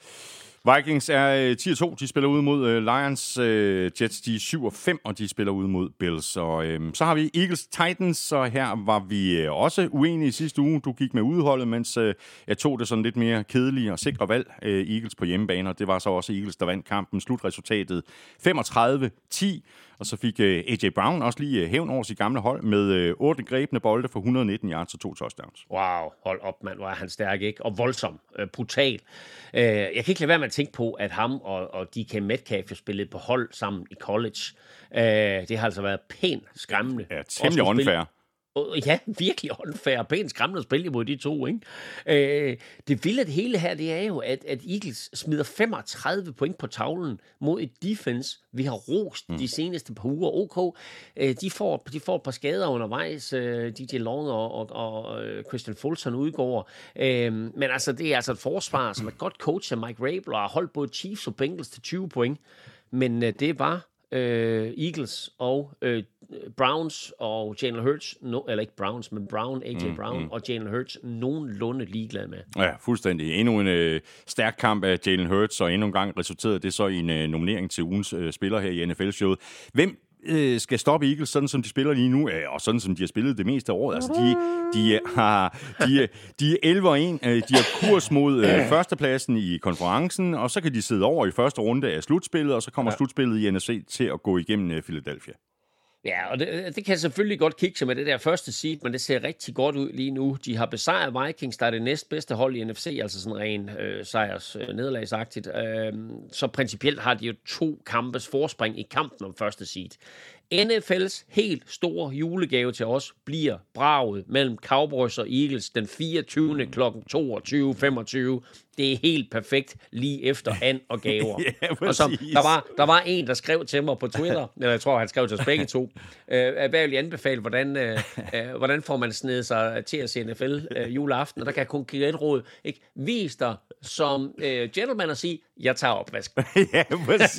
Vikings er ti og to, de spiller ud mod uh, Lions. Uh, Jets, de er syv og fem, og de spiller ud mod Bills. Og uh, så har vi Eagles Titans, og her var vi uh, også uenige i sidste uge. Du gik med udholdet, mens uh, jeg tog det sådan lidt mere kedelige og sikre valg. Uh, Eagles på hjemmebane, og det var så også Eagles, der vandt kampen. Slutresultatet femogtredive ti. Og så fik uh, A J Brown også lige uh, hævn over sit gamle hold med uh, otte grebne bolde for et hundrede og nitten yards og to touchdowns. Wow, hold op, mand. Hvor er han stærk, ikke? Og voldsom. Uh, brutal. Uh, jeg kan ikke lade være med at tænke på, at ham og, og D K Metcalf jo spillede på hold sammen i college. Uh, det har altså været pænt skræmmende. Ja, temmelig unfair. Ja, virkelig unfair. Pænt skræmmende at spille imod de to, ikke? Øh, det vilde af det hele her, det er jo, at, at Eagles smider femogtredive point på tavlen mod et defense, vi har rost mm. de seneste par uger. OK, øh, de, får, de får et par skader undervejs. Øh, D J Long og, og, og Christian Fulton udgår. Øh, men altså, det er altså et forsvar, som er godt coach af Mike Vrabel, og har holdt både Chiefs og Bengals til tyve point. Men øh, det var øh, Eagles og øh, Browns og Jalen Hurts, no, eller ikke Browns, men Brown, A J mm, Brown mm. og Jalen Hurts nogenlunde ligeglad med. Ja, fuldstændig. Endnu en øh, stærk kamp af Jalen Hurts, og endnu en gang resulterede det så i en øh, nominering til ugens øh, spiller her i N F L-showet. Hvem øh, skal stoppe Eagles, sådan som de spiller lige nu, øh, og sådan som de har spillet det meste af året? Altså, de, de, har, de, de er elleve og en, øh, de har kurs mod øh, førstepladsen i konferencen, og så kan de sidde over i første runde af slutspillet, og så kommer ja. slutspillet i N F C til at gå igennem øh, Philadelphia. Ja, og det, det kan selvfølgelig godt kigge sig med det der første seed, men det ser rigtig godt ud lige nu. De har besejret Vikings, der er det næstbedste hold i N F C, altså sådan ren øh, sejrs øh, nederlagsagtigt. Øh, så principielt har de jo to kampes forspring i kampen om første seed. N F L's helt store julegave til os bliver braget mellem Cowboys og Eagles den fireogtyvende klokken toogtyve femogtyve. Det er helt perfekt lige efter and og gaver. Ja, og som, der, var, der var en, der skrev til mig på Twitter, eller jeg tror, han skrev til os begge to, øh, hvad vil jeg anbefale, hvordan, øh, øh, hvordan får man snedet sig til at se N F L øh, juleaften, og der kan jeg kun give et råd. Ikke? Vis dig som øh, gentleman og sige, jeg tager opvask. Ja, præcis.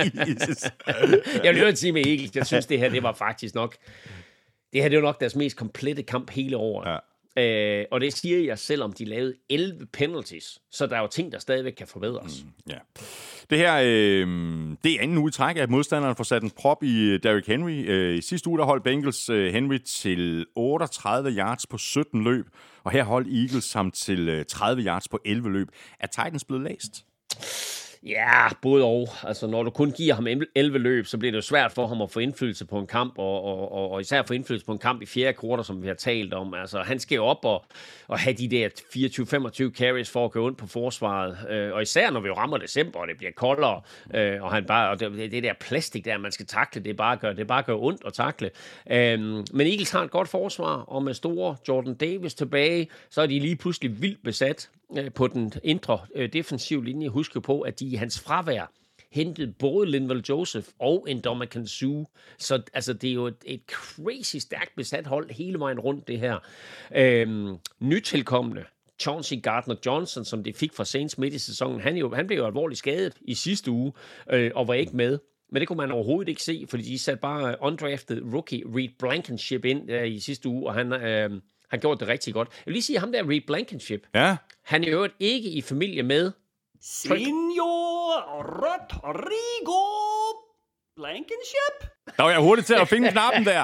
Jeg vil jo ikke sige med Eagles, jeg synes, det her det var faktisk nok, det her det var nok deres mest komplette kamp hele året. Ja. Øh, og det siger jeg, selvom de lavede elleve penalties, så der er jo ting, der stadigvæk kan forbedres. Mm, ja. Det her, øh, det er anden uge i træk, at modstanderen får sat en prop i Derrick Henry. Øh, I sidste uge, der holdt Bengals øh, Henry til otteogtredive yards på sytten løb, og her holdt Eagles ham til øh, tredive yards på elleve løb. Er Titans blevet læst? Ja, både og. Altså, når du kun giver ham elleve løb, så bliver det jo svært for ham at få indflydelse på en kamp, og, og, og, og især få indflydelse på en kamp i fjerde kvartal, som vi har talt om. Altså, han skal jo op og, og have de der fireogtyve femogtyve carries for at gå ondt på forsvaret. Øh, og især når vi jo rammer december, og det bliver koldere, øh, og han bare, og det, det der plastik der, man skal takle, det er bare gør, det er bare gør ondt at takle. Øh, men Eagles har et godt forsvar, og med store Jordan Davis tilbage, så er de lige pludselig vildt besat på den indre øh, defensive linje. Husk jo på, at de i hans fravær hentede både Linval Joseph og Ndamukong Suh. Så altså, det er jo et, et crazy stærkt besat hold hele vejen rundt det her. Øhm, nytilkommende Chauncey Gardner-Johnson, som det fik fra Saints midt i sæsonen, han, jo, han blev jo alvorligt skadet i sidste uge, øh, og var ikke med. Men det kunne man overhovedet ikke se, fordi de satte bare undrafted rookie Reed Blankenship ind der i sidste uge, og han, øh, han gjorde det rigtig godt. Jeg vil lige sige, at ham der Reed Blankenship, ja. han er i øvrigt ikke i familie med... Senior Rodrigo Blankenship. Der var jeg hurtigt til at finde knappen der.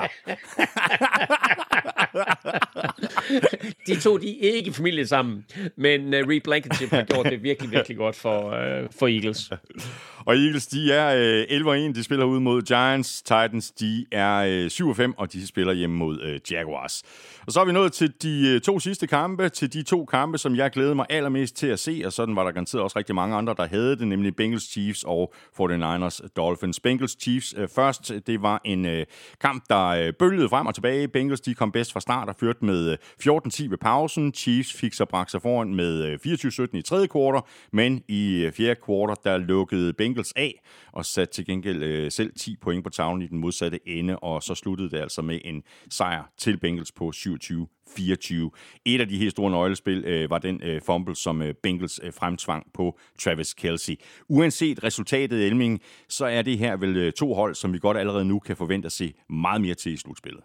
De to, de er ikke i familie sammen, men uh, Reed Blankenship har gjort det virkelig, virkelig godt for, uh, for Eagles. Og Eagles, de er øh, elleve og en, de spiller ud mod Giants. Titans, de er øh, syv og fem, og de spiller hjemme mod øh, Jaguars. Og så er vi nået til de øh, to sidste kampe, til de to kampe, som jeg glæder mig allermest til at se, og sådan var der garanteret også rigtig mange andre, der havde det, nemlig Bengals Chiefs og forty-niners Dolphins. Bengals Chiefs øh, først, det var en øh, kamp, der øh, bølgede frem og tilbage. Bengals, de kom bedst fra start og førte med øh, fjorten ti ved pausen. Chiefs fik så bragt sig foran med øh, fireogtyve sytten i tredje kvartal, men i øh, fjerde kvartal, der lukkede Bengals af og satte til gengæld øh, selv ti point på tavlen i den modsatte ende, og så sluttede det altså med en sejr til Bengals på syvogtyve fireogtyve. Et af de helt store nøglespil øh, var den øh, fumble, som øh, Bengals øh, fremtvang på Travis Kelce. Uanset resultatet i Elming, så er det her vel øh, to hold, som vi godt allerede nu kan forvente at se meget mere til i slutspillet.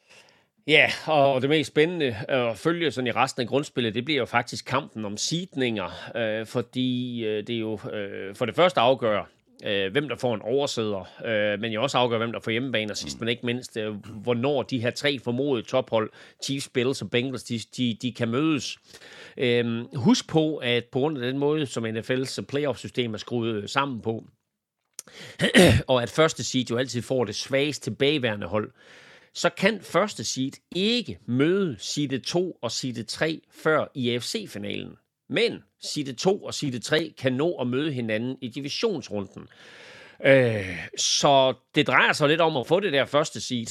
Ja, og det mest spændende at følge sådan i resten af grundspillet, det bliver jo faktisk kampen om seedninger, øh, fordi øh, det er jo øh, for det første afgør, øh, hvem der får en oversæder, øh, men jo også afgør, hvem der får hjemmebane, og sidst men ikke mindst, øh, hvornår de her tre formodede tophold, Chiefs, Bills og Bengals, de, de, de kan mødes. Øh, husk på, at på grund af den måde, som N F L's playoff-system er skruet sammen på, og at første seed jo altid får det svagest tilbageværende hold, så kan første seed ikke møde seed to og seed tre før i A F C-finalen. Men seed to og seed tre kan nå at møde hinanden i divisionsrunden. Øh, så det drejer sig lidt om at få det der første seed,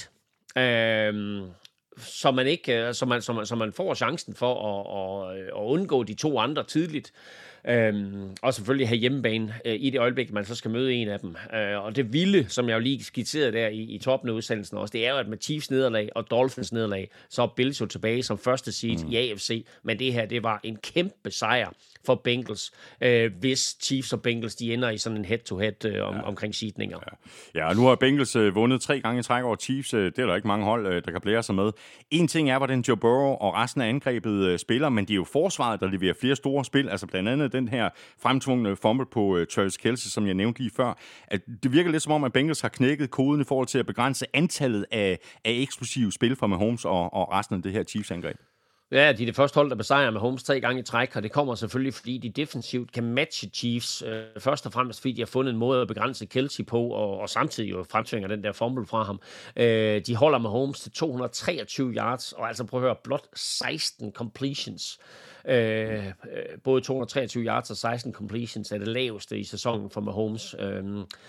øh, så man ikke, så man, så man, så man får chancen for at, at, at undgå de to andre tidligt. Øhm, og selvfølgelig have hjemmebane øh, i det øjeblik, man så skal møde en af dem. Øh, og det vilde, som jeg jo lige skitserede der i, i toppen af udsendelsen også, det er jo, at med Chiefs nederlag og Dolphins nederlag, så er Bills jo tilbage som første seed mm. i A F C. Men det her, det var en kæmpe sejr for Bengals, øh, hvis Chiefs og Bengals, de ender i sådan en head-to-head øh, om, ja. omkring seedninger. Ja. ja, og nu har Bengals øh, vundet tre gange i træk over Chiefs. Øh, det er der ikke mange hold, øh, der kan blære sig med. En ting er, hvordan Joe Burrow og resten af angrebet øh, spiller, men det er jo forsvaret, der leverer flere store spil, altså blandt andet den her fremtvungne fumble på uh, Travis Kelce, som jeg nævnte lige før. At det virker lidt som om, at Bengals har knækket koden i forhold til at begrænse antallet af, af eksplosive spil fra Mahomes og, og resten af det her Chiefs-angreb. Ja, de er det første hold, der besejrer Mahomes tre gange i træk, og det kommer selvfølgelig, fordi de defensivt kan matche Chiefs. Øh, først og fremmest, fordi de har fundet en måde at begrænse Kelce på, og, og samtidig jo fremtvinger den der fumble fra ham. Øh, de holder Mahomes til to hundrede og treogtyve yards, og altså prøv at høre, blot seksten completions. Øh, både to hundrede og treogtyve yards og seksten completions er det laveste i sæsonen for Mahomes. Øh,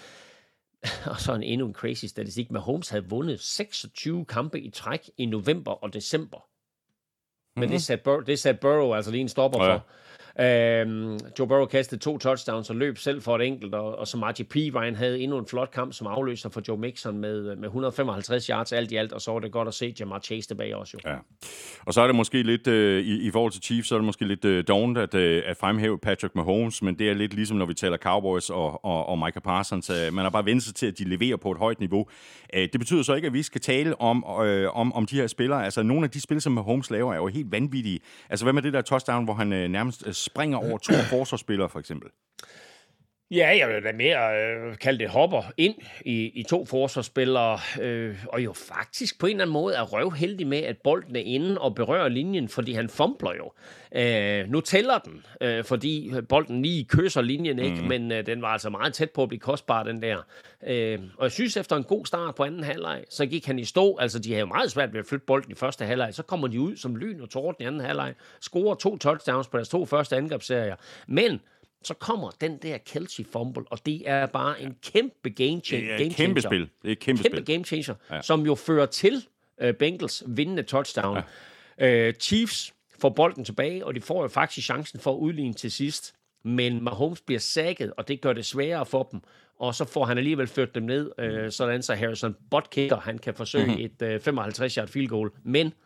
og så en endnu en crazy statistik. Mahomes havde vundet seksogtyve kampe i træk i november og december. Men mm-hmm. det satte Bur- det satte Burrow altså lige en stopper ja. for. Øhm, Joe Burrow kastede to touchdowns og løb selv for et enkelt, og, og som R G P Ryan havde endnu en flot kamp som afløser for Joe Mixon med, med et hundrede og femoghalvtreds yards alt i alt, og så var det godt at se Jamar Chase tilbage også jo. Ja. Og så er det måske lidt, øh, i, i forhold til Chiefs, så er det måske lidt øh, dovent at, øh, at fremhæve Patrick Mahomes, men det er lidt ligesom, når vi taler Cowboys og, og, og Micah Parsons. Øh, man har bare ventet sig til, at de leverer på et højt niveau. Øh, det betyder så ikke, at vi skal tale om, øh, om, om de her spillere. Altså, nogle af de spil, som Mahomes laver, er jo helt vanvittige. Altså, hvad med det der touchdown, hvor han øh, nærmest øh, springer over to forsvarsspillere, for eksempel? Ja, jeg vil da mere øh, kalde det hopper ind i, i to forsvarsspillere, øh, og jo faktisk på en eller anden måde er røvheldig med, at bolden er inde og berører linjen, fordi han fumbler jo. Øh, nu tæller den, øh, fordi bolden lige kysser linjen, ikke? Mm. Men øh, den var altså meget tæt på at blive kostbar, den der. Øh, og jeg synes, efter en god start på anden halvleg, så gik han i stå. Altså, de havde jo meget svært ved at flytte bolden i første halvleg. Så kommer de ud som lyn og torden i anden halvleg, scorer to touchdowns på deres to første angrebsserier. Men så kommer den der Kelce fumble, og det er bare en kæmpe game changer. Det er et kæmpe spil. Det er et kæmpe, kæmpe spil. game changer, ja. som jo fører til uh, Bengals vindende touchdown. Ja. Uh, Chiefs får bolden tilbage, og de får jo faktisk chancen for at udligne til sidst. Men Mahomes bliver sækket, og det gør det sværere for dem. Og så får han alligevel ført dem ned, uh, sådan så Harrison butt-kicker, han kan forsøge mm-hmm. et uh, femoghalvtreds yard field goal. Men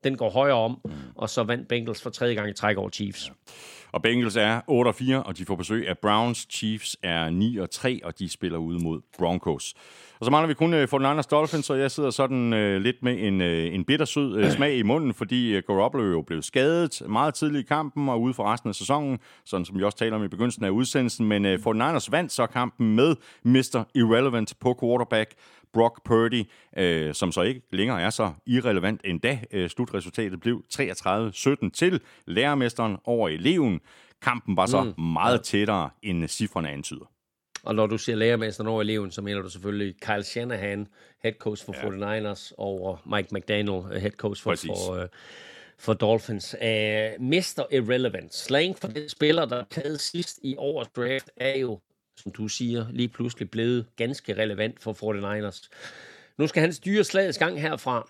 den går højere om, mm. og så vandt Bengals for tredje gang i træk over Chiefs. Ja. Og Bengals er otte og fire, og de får besøg af Browns. Chiefs er ni og tre, og de spiller ude mod Broncos. Og så mangler vi kun uh, forty-niners Dolphins, og jeg sidder sådan uh, lidt med en, uh, en bittersød uh, smag i munden, fordi uh, Garoppolo jo blev skadet meget tidligt i kampen og ude for resten af sæsonen, sådan som vi også taler om i begyndelsen af udsendelsen. Men uh, forty-niners vandt så kampen med mister Irrelevant på quarterback Brock Purdy, øh, som så ikke længere er så irrelevant endda. Øh, slutresultatet blev treogtredive sytten til lærermesteren over eleven. Kampen var så mm. meget tættere, end cifrene antyder. Og når du siger lærermesteren over eleven, så mener du selvfølgelig Kyle Shanahan, head coach for ja. forty-niners, og Mike McDaniel, head coach for, for, uh, for Dolphins. Uh, mister Irrelevant. Slang for den spiller, der havde sidst i årets draft, er jo, som du siger, lige pludselig blevet ganske relevant for forty-niners. Nu skal han styre slagets gang herfra.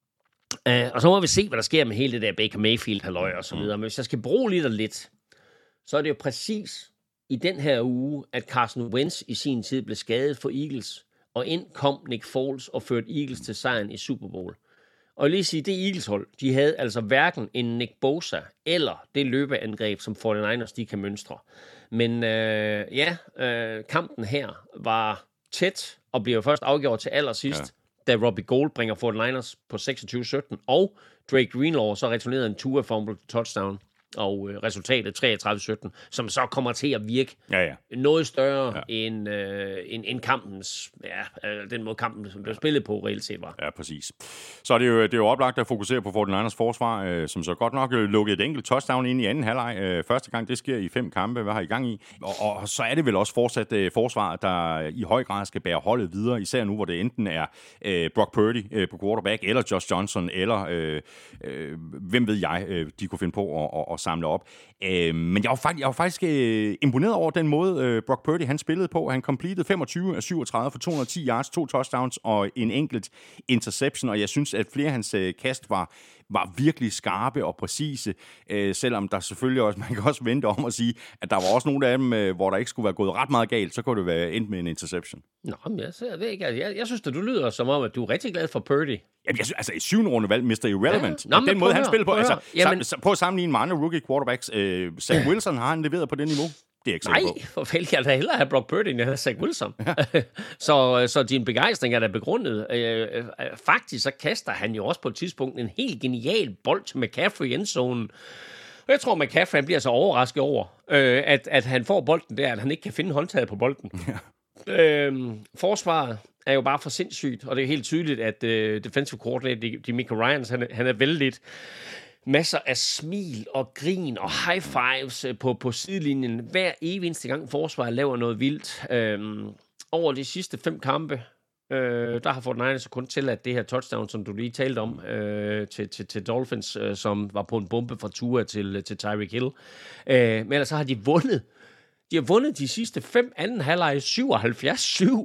Uh, og så må vi se, hvad der sker med hele det der Baker Mayfield-halløj og så videre. Men hvis jeg skal bruge lidt og lidt, så er det jo præcis i den her uge, at Carson Wentz i sin tid blev skadet for Eagles, og ind kom Nick Foles og førte Eagles til sejren i Super Bowl. Og jeg vil lige sige, det Eagles-hold, de havde altså hverken en Nick Bosa eller det løbeangreb, som forty-niners de kan mønstre. Men øh, ja, øh, kampen her var tæt og bliver først afgjort til allersidst, ja. da Robbie Gould bringer forty-niners på seksogtyve sytten, og Drake Greenlaw så returnerede en Tua fumble touchdown. Og øh, resultatet treogtredive sytten, som så kommer til at virke ja, ja. noget større ja. end, øh, end, end kampens, ja, øh, den måde kampen, som blev spillet på, reelt set var. Ja, præcis. Så er det jo, det er jo oplagt at fokusere på forty-niners forsvar, øh, som så godt nok lukkede et enkelt touchdown ind i anden halvleg. Øh, første gang, det sker i fem kampe. Hvad har I gang i? Og, og så er det vel også fortsat øh, forsvaret, der i høj grad skal bære holdet videre, især nu, hvor det enten er øh, Brock Purdy øh, på quarterback, eller Josh Johnson, eller øh, øh, hvem ved jeg, øh, de kunne finde på at, at, at samle op. Øh, men jeg var faktisk, jeg var faktisk øh, imponeret over den måde, øh, Brock Purdy han spillede på. Han completed femogtyve af syvogtredive for to hundrede og ti yards, to touchdowns og en enkelt interception, og jeg synes, at flere af hans øh, kast var, var virkelig skarpe og præcise, øh, selvom der selvfølgelig også, man kan også vente om at sige, at der var også nogle af dem, øh, hvor der ikke skulle være gået ret meget galt, så kunne det være endt med en interception. Nå, men jeg, jeg ved ikke, jeg, jeg synes, at du lyder som om, at du er rigtig glad for Purdy. Jamen, jeg synes, altså i syvende runde valg mister Irrelevant. Ja. Nå, den måde, han spiller på, altså, Jamen... sam, prøv at sammenligne med andre rookie quarterbacks. Øh, Zach Wilson har han leveret på det niveau. Det er ikke Nej, for fælde, jeg da hellere have Brock Purdy, end jeg havde Zach Wilson. Ja. så, så din begejstring er da begrundet. Øh, øh, faktisk så kaster han jo også på et tidspunkt en helt genial bold til McCaffrey i endzonen. Og jeg tror, McCaffrey han bliver så overrasket over, øh, at, at han får bolden der, at han ikke kan finde håndtaget på bolden. Ja. Øh, forsvaret er jo bare for sindssygt, og det er helt tydeligt, at øh, defensive coordinator DeMeco Ryans, han, han er vældig masser af smil og grin og high fives på, på sidelinjen. Hver evig eneste gang forsvaret laver noget vildt. Øhm, over de sidste fem kampe, øh, der har forty-niners kun tilladt det her touchdown, som du lige talte om, øh, til, til, til Dolphins, øh, som var på en bombe fra Tua til, til Tyreek Hill. Øh, men ellers så har de vundet. De har vundet de sidste fem anden halvleje syvoghalvfjerds syv.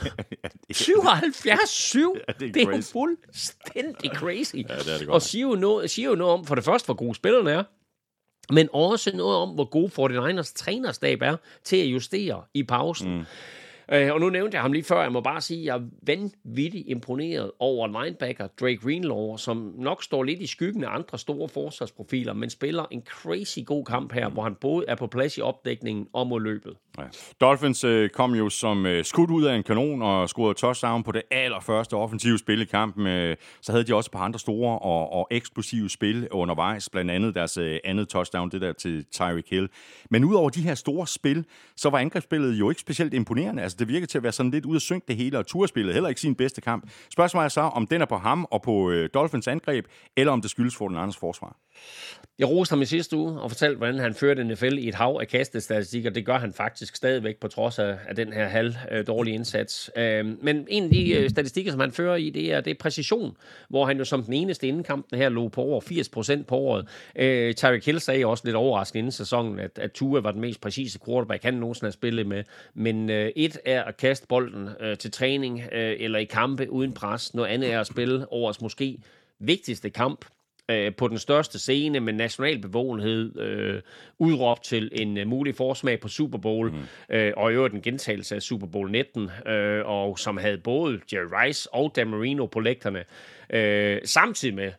syvoghalvfjerds syv? Ja, det er, det er jo fuldstændig crazy. Ja, det er det godt. Og siger jo, noget, siger jo noget om, for det første, hvor gode spillerne er, men også noget om, hvor gode forty-niners trænerstab er til at justere i pausen. Mm. Uh, og nu nævnte jeg ham lige før. Jeg må bare sige, at jeg er vanvittigt imponeret over linebacker Drake Greenlaw, som nok står lidt i skyggen af andre store forsvarsprofiler, men spiller en crazy god kamp her, mm. hvor han både er på plads i opdækningen og mod løbet. Ja. Dolphins øh, kom jo som øh, skudt ud af en kanon og scorede touchdown på det allerførste offensive spil i kampen. Øh, så havde de også et par andre store og, og eksplosive spil undervejs, blandt andet deres øh, andet touchdown, det der til Tyreek Hill. Men udover de her store spil, så var angrebsspillet jo ikke specielt imponerende. Altså, det virker til at være sådan lidt ud af synk det hele, og Tua spillede heller ikke sin bedste kamp. Spørgsmålet er så, om den er på ham og på øh, Dolphins angreb, eller om det skyldes for den andres forsvar. Jeg roste ham i sidste uge og fortalte, hvordan han førte N F L i et hav af kastestatistikker. Det gør han faktisk stadigvæk på trods af, af den her halv øh, dårlige indsats. Øh, men en af de øh, statistikker, som han fører i, det er, det er præcision, hvor han jo som den eneste inden kampen her lå på over firs procent på året. Øh, Tyreek Hill sagde også lidt overraskende inden sæsonen, at, at Tua var den mest præcise quarterback, han nogensinde har spillet med. Men øh, et er at kaste bolden øh, til træning øh, eller i kampe uden pres. Noget andet er at spille årets måske vigtigste kamp på den største scene med national bevågenhed, øh, udråbt til en uh, mulig forsmag på Super Bowl, mm. øh, og i øvrigt en gentagelse af Super Bowl nitten, øh, og som havde både Jerry Rice og Dan Marino på lægterne, øh, samtidig med,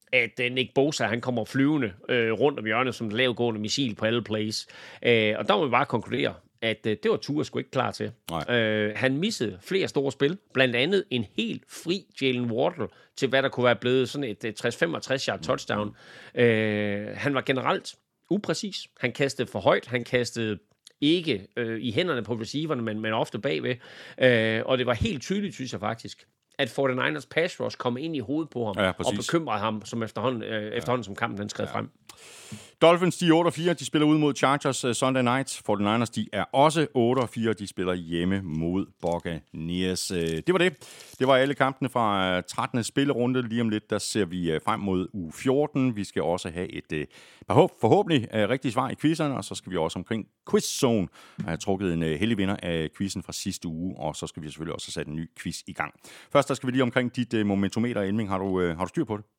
at uh, Nick Bosa, han kommer flyvende øh, rundt om hjørnet som et lavgående missil på alle plays. Øh, og der må vi bare konkludere, at øh, det var Tua sgu ikke klar til. Øh, han missede flere store spil, blandt andet en helt fri Jalen Wardle til, hvad der kunne være blevet sådan et, et tres femogtres yard touchdown. Mm. Øh, han var generelt upræcis. Han kastede for højt, han kastede ikke øh, i hænderne på receiverne, men, men ofte bagved. Øh, og det var helt tydeligt, synes jeg faktisk, at forty-niners pass rush kom ind i hovedet på ham, ja, og bekymrede ham som efterhånden, øh, efterhånden som kampen den skred ja. frem. Dolphins, de er otte og fire, de spiller ud mod Chargers uh, Sunday night. forty-niners, de er også otte og fire, de spiller hjemme mod Buccaneers. Uh, det var det. Det var alle kampene fra uh, trettende spillerunde. Lige om lidt, der ser vi uh, frem mod uge fjorten. Vi skal også have et uh, forhåbentlig uh, rigtigt svar i quizzerne, og så skal vi også omkring Quiz Zone have trukket en uh, heldig vinder af quizzen fra sidste uge, og så skal vi selvfølgelig også sætte en ny quiz i gang. Først, der skal vi lige omkring dit uh, momentometer, Elming. Har du, uh, har du styr på det?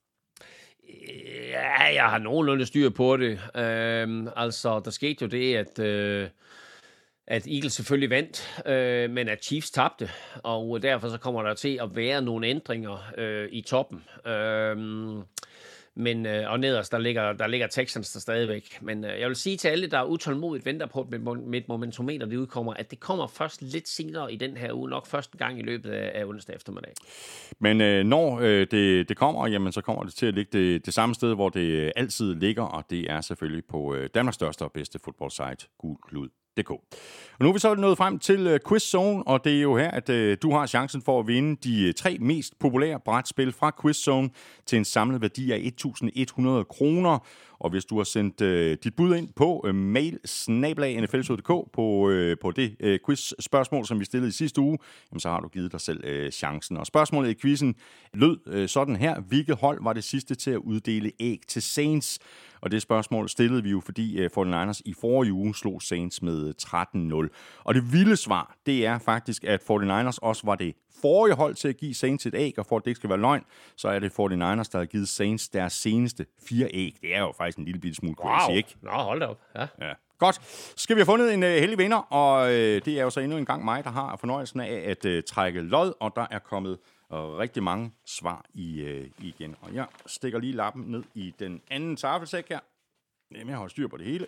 Ja, jeg har nogenlunde styr på det. Øhm, altså, der skete jo det, at, øh, at Eagles selvfølgelig vandt, øh, men at Chiefs tabte, og derfor så kommer der til at være nogle ændringer øh, i toppen. Øhm, men, øh, og nederst, der ligger, der ligger Texans der stadigvæk. Men øh, jeg vil sige til alle, der er utålmodigt venter på, at mit momentometer det udkommer, at det kommer først lidt senere i den her uge, nok første gang i løbet af, af onsdag eftermiddag. Men øh, når øh, det, det kommer, jamen, så kommer det til at ligge det, det samme sted, hvor det altid ligger, og det er selvfølgelig på øh, Danmarks største og bedste fodboldsite, gulklud punktum d k. Og nu er vi så nået frem til uh, Quiz Zone, og det er jo her, at uh, du har chancen for at vinde de uh, tre mest populære brætspil fra Quiz Zone til en samlet værdi af et tusind et hundrede kroner. Og hvis du har sendt uh, dit bud ind på uh, mail snabel-a n f l punktum d k på, uh, på det uh, quiz-spørgsmål, som vi stillede i sidste uge, jamen, så har du givet dig selv uh, chancen. Og spørgsmålet i quizzen lød uh, sådan her. Hvilket hold var det sidste til at uddele æg til Saints? Og det spørgsmål stillede vi jo, fordi uh, forty-niners i forrige uge slog Saints med tretten nul. Og det vilde svar, det er faktisk, at forty-niners også var det forrige hold til at give Saints et æg, og for at det ikke skal være løgn, så er det forty-niners, der har givet Saints deres seneste fire æg. Det er jo faktisk en lille bitte smule crazy, wow. ikke? Nå, hold da op. Ja. Ja. Godt. Så skal vi have fundet en uh, heldig vinder, og uh, det er jo så endnu en gang mig, der har fornøjelsen af at uh, trække lod, og der er kommet uh, rigtig mange svar i uh, igen. Og jeg stikker lige lappen ned i den anden taffelsæk her. Jamen, jeg har styr på det hele.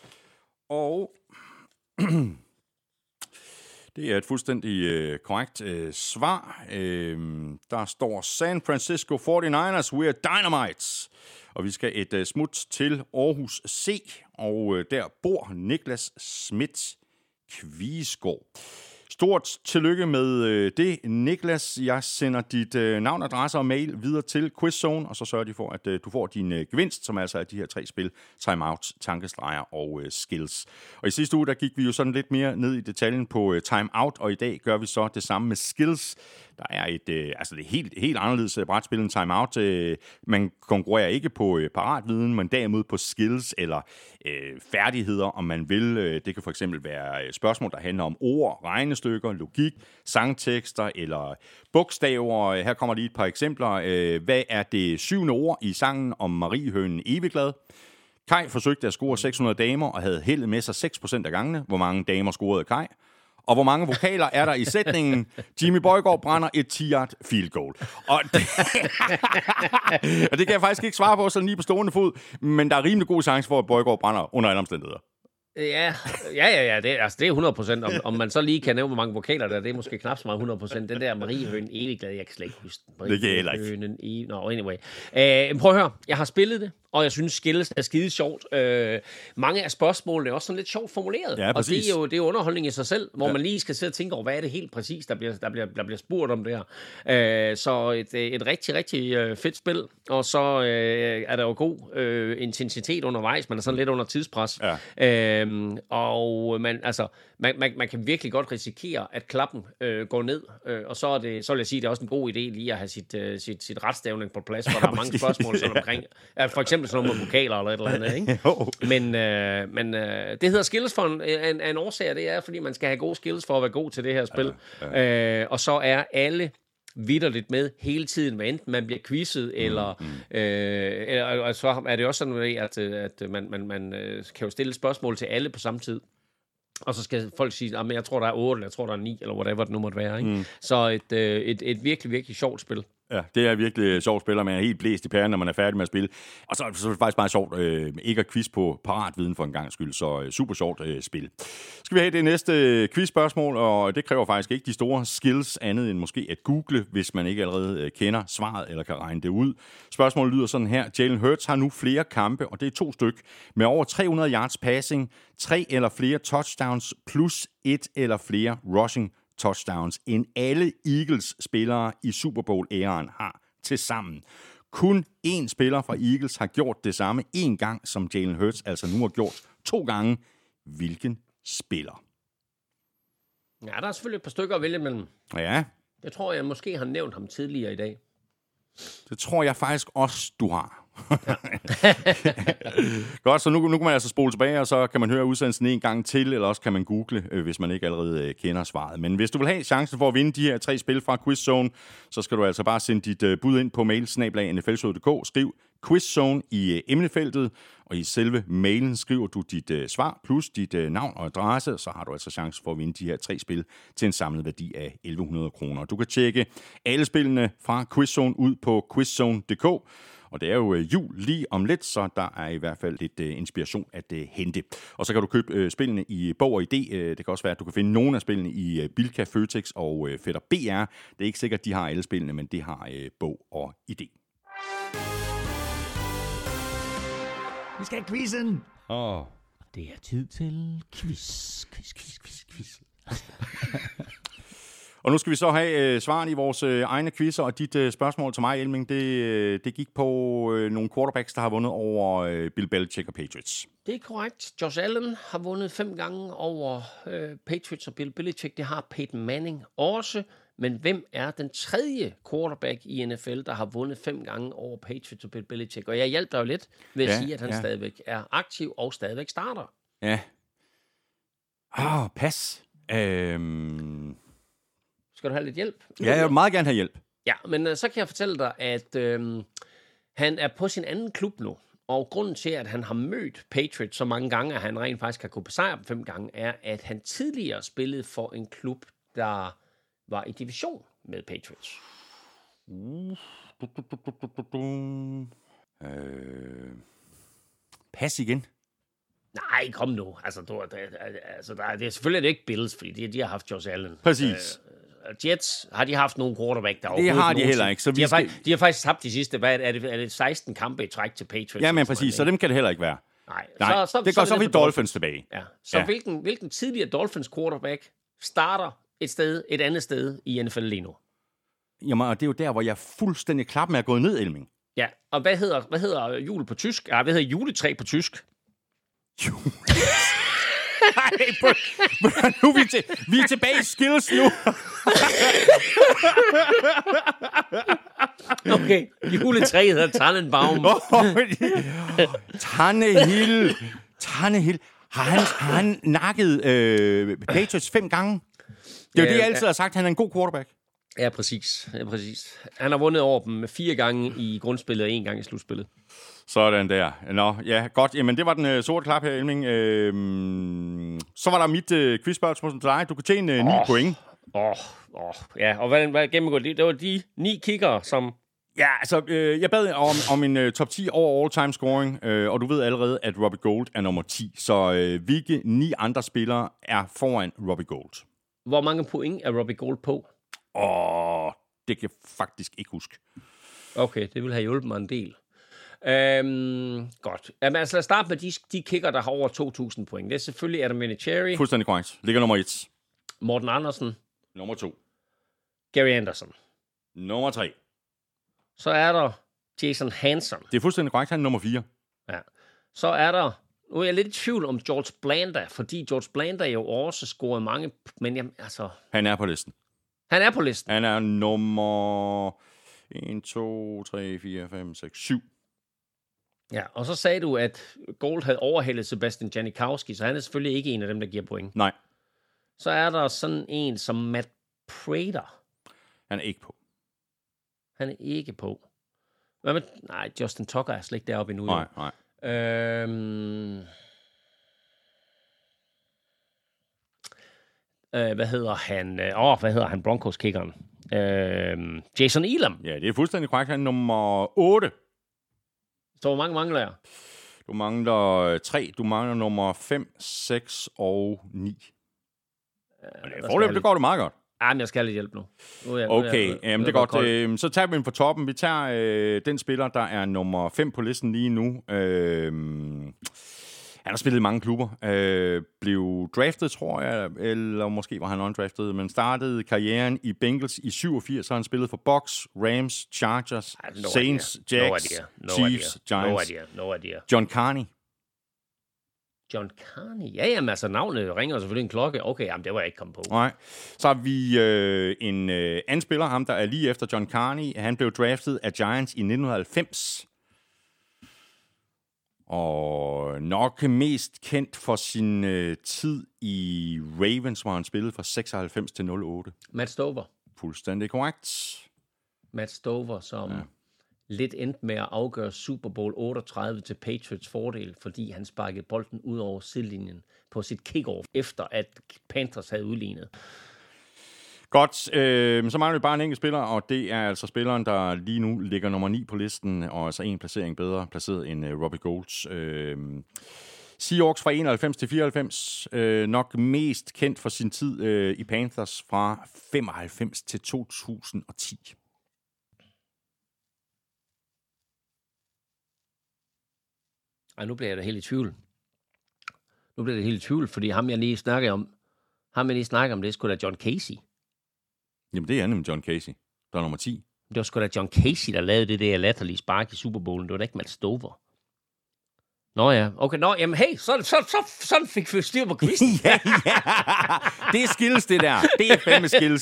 Og det er et fuldstændig øh, korrekt øh, svar. Øh, der står San Francisco forty-niners, we are dynamites. Og vi skal et øh, smut til Aarhus C, og øh, der bor Niklas Schmidt Kviesgaard. Stort tillykke med øh, det, Niklas. Jeg sender dit øh, navn, adresse og mail videre til QuizZone, og så sørger de for, at øh, du får din øh, gevinst, som altså er de her tre spil, timeout, tankestreger og øh, skills. Og i sidste uge, der gik vi jo sådan lidt mere ned i detaljen på øh, timeout, og i dag gør vi så det samme med skills. Der er et, øh, altså det er helt, helt anderledes brætspil end timeout. Øh, man konkurrerer ikke på øh, paratviden, men derimod på skills eller øh, færdigheder, om man vil. Øh, det kan for eksempel være spørgsmål, der handler om ord, regnestykker, logik, sangtekster eller bogstaver. Her kommer lige et par eksempler. Øh, hvad er det syvende ord i sangen om Mariehønen Evigglad? Kai forsøgte at score seks hundrede damer og havde heldet med sig seks procent af gangene. Hvor mange damer scorede Kai? Og hvor mange vokaler er der i sætningen? Jimmy Bøjgaard brænder et ti-yard field goal. Og det, og det kan jeg faktisk ikke svare på sådan lige på stående fod, men der er rimelig god chance for, at Bøjgaard brænder under alle omstændigheder. Ja, ja, ja, ja. Det, altså, det er hundrede procent. Om, om man så lige kan nævne, hvor mange vokaler der er, det er måske knap så meget hundrede procent. Den der Mariehønen Evigglad, jeg kan slet ikke huske den. Det kan jeg heller ikke. Nå, anyway. Uh, prøv at høre. Jeg har spillet det, og jeg synes, skills er skide sjovt. Uh, mange af spørgsmålene er også sådan lidt sjovt formuleret. Ja, og det er, jo, det er jo underholdning i sig selv, hvor ja. man lige skal sidde og tænke over, hvad er det helt præcis, der bliver, der bliver, der bliver spurgt om det her. Uh, så et, et rigtig, rigtig uh, fedt spil. Og så uh, er der jo god uh, intensitet undervejs. Man er sådan lidt under tidspres. Ja. Uh, og man, altså, man, man, man kan virkelig godt risikere, at klappen øh, går ned, øh, og så, er det, så vil jeg sige, det er også en god idé lige at have sit, øh, sit, sit retstavning på plads, for der er mange spørgsmål sådan omkring, ja, for eksempel sådan noget med vokaler eller et eller andet, ikke? Men, øh, men øh, det hedder skills for en, en, en årsag, det er, fordi man skal have gode skills for at være god til det her spil. Ja, ja. Øh, og så er alle vitterligt med hele tiden, hvad enten man bliver quizzet, eller, mm. øh, eller og så er det også sådan, at, at man, man, man kan jo stille spørgsmål til alle på samme tid. Og så skal folk sige, at jeg tror, der er otte, eller jeg tror, der er ni, eller whatever det nu måtte være. Ikke? Mm. Så et, et, et virkelig, virkelig sjovt spil. Ja, det er virkelig sjovt spiller, man er helt blæst i pæren, når man er færdig med at spille. Og så, så er det faktisk meget sjovt øh, ikke at quiz på paratviden for en gang skyld, så øh, super sjovt øh, spil. Skal vi have det næste quizspørgsmål, og det kræver faktisk ikke de store skills andet end måske at google, hvis man ikke allerede øh, kender svaret eller kan regne det ud. Spørgsmålet lyder sådan her. Jalen Hurts har nu flere kampe, og det er to styk, med over tre hundrede yards passing, tre eller flere touchdowns plus et eller flere rushing touchdowns, end alle Eagles-spillere i Super Bowl-æraen har til sammen. Kun én spiller fra Eagles har gjort det samme én gang, som Jalen Hurts altså nu har gjort to gange. Hvilken spiller? Ja, der er selvfølgelig et par stykker at vælge mellem. Ja. Jeg tror, jeg måske har nævnt ham tidligere i dag. Det tror jeg faktisk også, du har. Ja. Godt, så nu, nu kan man altså spole tilbage, og så kan man høre udsendelsen en gang til, eller også kan man google, hvis man ikke allerede kender svaret. Men hvis du vil have chancen for at vinde de her tre spil fra Quizzone, så skal du altså bare sende dit bud ind på mail snabel-a n f l punktum d k. Skriv Quizzone i emnefeltet, og i selve mailen skriver du dit uh, svar plus dit uh, navn og adresse, så har du altså chance for at vinde de her tre spil til en samlet værdi af elleve hundrede kroner. Du kan tjekke alle spillene fra Quizzone ud på quizzone punktum d k. Og det er jo øh, jul lige om lidt, så der er i hvert fald lidt øh, inspiration at øh, hente. Og så kan du købe øh, spillene i Bog og Idé. Øh, det kan også være, at du kan finde nogle af spillene i øh, Bilka, Føtex og øh, Fætter B R. Det er ikke sikkert, at de har alle spillene, men det har øh, Bog og Idé. Vi skal have quizzen. Åh. Oh. Det er tid til quiz, quiz, quiz, quiz, quiz. Og nu skal vi så have øh, svaren i vores øh, egne quizzer, og dit øh, spørgsmål til mig, Elming, det, øh, det gik på øh, nogle quarterbacks, der har vundet over øh, Bill Belichick og Patriots. Det er korrekt. Josh Allen har vundet fem gange over øh, Patriots og Bill Belichick. Det har Peyton Manning også. Men hvem er den tredje quarterback i N F L, der har vundet fem gange over Patriots og Bill Belichick? Og jeg hjalp dig jo lidt ved at ja, sige, at han ja. stadigvæk er aktiv og stadigvæk starter. Ja. Ah, oh, pas. Øhm... Skal du have lidt hjælp? Ja, jeg vil meget gerne have hjælp. Ja, men uh, så kan jeg fortælle dig, at øh, han er på sin anden klub nu. Og grunden til, at han har mødt Patriots så mange gange, at han rent faktisk har kunnet besejre dem fem gange, er, at han tidligere spillede for en klub, der var i division med Patriots. Uh, du, du, du, du, du, du. Øh, pas igen. Nej, kom nu. Altså, du, der, altså der, det er selvfølgelig det er ikke Bills, fordi de, de har haft Josh Allen. Præcis. Øh, Jets, har de haft nogen quarterback, der det har de heller ikke. Så de, vi har skal... faktisk, de har faktisk tabt de sidste, hvad er det, er det seksten kampe i træk til Patriots? Ja, men præcis, så dem kan det heller ikke være. Nej, Nej. Så, så, det går så, så vi Dolphins, Dolphins tilbage. Ja. Så ja. hvilken, hvilken tidligere Dolphins quarterback starter et sted, et andet sted i N F L lige nu? Jamen, og det er jo der, hvor jeg er fuldstændig klap med at gå ned, Elming. Ja, og hvad hedder, hvad hedder jul på tysk? Ja, hvad hedder juletræ på tysk? Nej, nu er vi, til, vi er tilbage i skills nu. Okay, juletræet hedder Tannenbaum. Tannehill. Tannehill. Har han, har han nakket øh, Patriots fem gange? Det er jo ja, det, jeg altid ja. har sagt. Han er en god quarterback. Ja, præcis. Ja, præcis. Han har vundet over dem fire gange i grundspillet og en gang i slutspillet. Sådan der. Nå, ja, godt. Jamen, det var den øh, sorte klap her, Elming. Øhm, så var der mit øh, quizspørgsmål til dig. Du kan tjene øh, ni oh, point. Åh, oh, oh, ja. Og hvad, hvad gennemgår det? Det var de ni kickere, som... Ja, altså, øh, jeg bad om, om en øh, top ti over all-time scoring, øh, og du ved allerede, at Robbie Gould er nummer ti. Så øh, hvilke ni andre spillere er foran Robbie Gould? Hvor mange point er Robbie Gould på? Åh, det kan jeg faktisk ikke huske. Okay, det vil have hjulpet mig en del. Øhm, godt. Jamen, altså lad os starte med de, de kicker, der har over to tusind point. Det er selvfølgelig Adam Vinatieri. Fuldstændig korrekt. Ligger nummer et. Morten Andersen. Nummer to. Gary Anderson. Nummer tre. Så er der Jason Hanson. Det er fuldstændig korrekt. Han er nummer fire. Ja. Så er der... Nu er jeg lidt i tvivl om George Blanda, fordi George Blanda jo også scoret mange... Men jamen, altså... Han er på listen. Han er på listen. Han er nummer en, to, tre, fire, fem, seks, syv. Ja, og så sagde du, at Gould havde overhældet Sebastian Janikowski, så han er selvfølgelig ikke en af dem, der giver point. Nej. Så er der sådan en som Matt Prater. Han er ikke på. Han er ikke på. Hvad med... Nej, Justin Tucker er slet ikke deroppe endnu. Nej, nej. Øhm... Øh, hvad hedder han? Åh, oh, hvad hedder han? Broncos-kickeren. Øh, Jason Elam. Ja, det er fuldstændig korrekt. Han er nummer otte. Så hvor mange mangler jeg? Du mangler tre. Du mangler nummer fem, seks og ni. Men det, forløb, det går det meget godt. Ja, men jeg skal have lidt hjælp nu. nu er jeg, Okay, nu er jeg, jamen, det er godt. Øh, så tager vi den fra toppen. Vi tager øh, den spiller, der er nummer fem på listen lige nu. Øh, han har spillet i mange klubber. Øh, blev draftet, tror jeg, eller måske var han undrafted, men startede karrieren i Bengals i syvogfirs, så han spillet for Bucks, Rams, Chargers, Ej, no Saints, idea. Jags, no idea. No Chiefs, idea. Giants. No idea. No idea. John Carney. John Carney? Ja, jamen altså, navnet ringer selvfølgelig en klokke. Okay, jamen det var jeg ikke kommet på. Nej. Så har vi øh, en øh, anden spiller, ham der er lige efter John Carney. Han blev draftet af Giants i nitten halvfems. Og nok mest kendt for sin øh, tid i Ravens, hvor han spillede fra seksoghalvfems til nul otte. Matt Stover. Fuldstændig korrekt. Matt Stover, som ja. lidt endte med at afgøre Super Bowl otteogtredive til Patriots fordel, fordi han sparkede bolden ud over sidelinjen på sit kickoff, efter at Panthers havde udlignet. Godt, øh, så mangler vi bare en enkelt spiller, og det er altså spilleren, der lige nu ligger nummer ni på listen, og altså en placering bedre placeret end uh, Robbie Goulds. Øh, Seahawks fra enoghalvfems til fireoghalvfems, øh, nok mest kendt for sin tid øh, i Panthers fra femoghalvfems til to tusind og ti. Ej, nu bliver jeg da helt i tvivl. Nu bliver jeg da helt i tvivl, fordi ham, jeg lige snakker om, ham, jeg lige snakker om, det er sgu da John Casey. Jamen, det er nemlig John Casey, der er nummer ti. Det var sgu da John Casey, der lavede det der latterlige spark i Super Bowlen. Det var da ikke Matt Stover. Nå ja, okay, nå, jamen hey, så, så, så, sådan fik vi styr på quizzen. ja, ja, det er skills, det der. Det er fandme skills.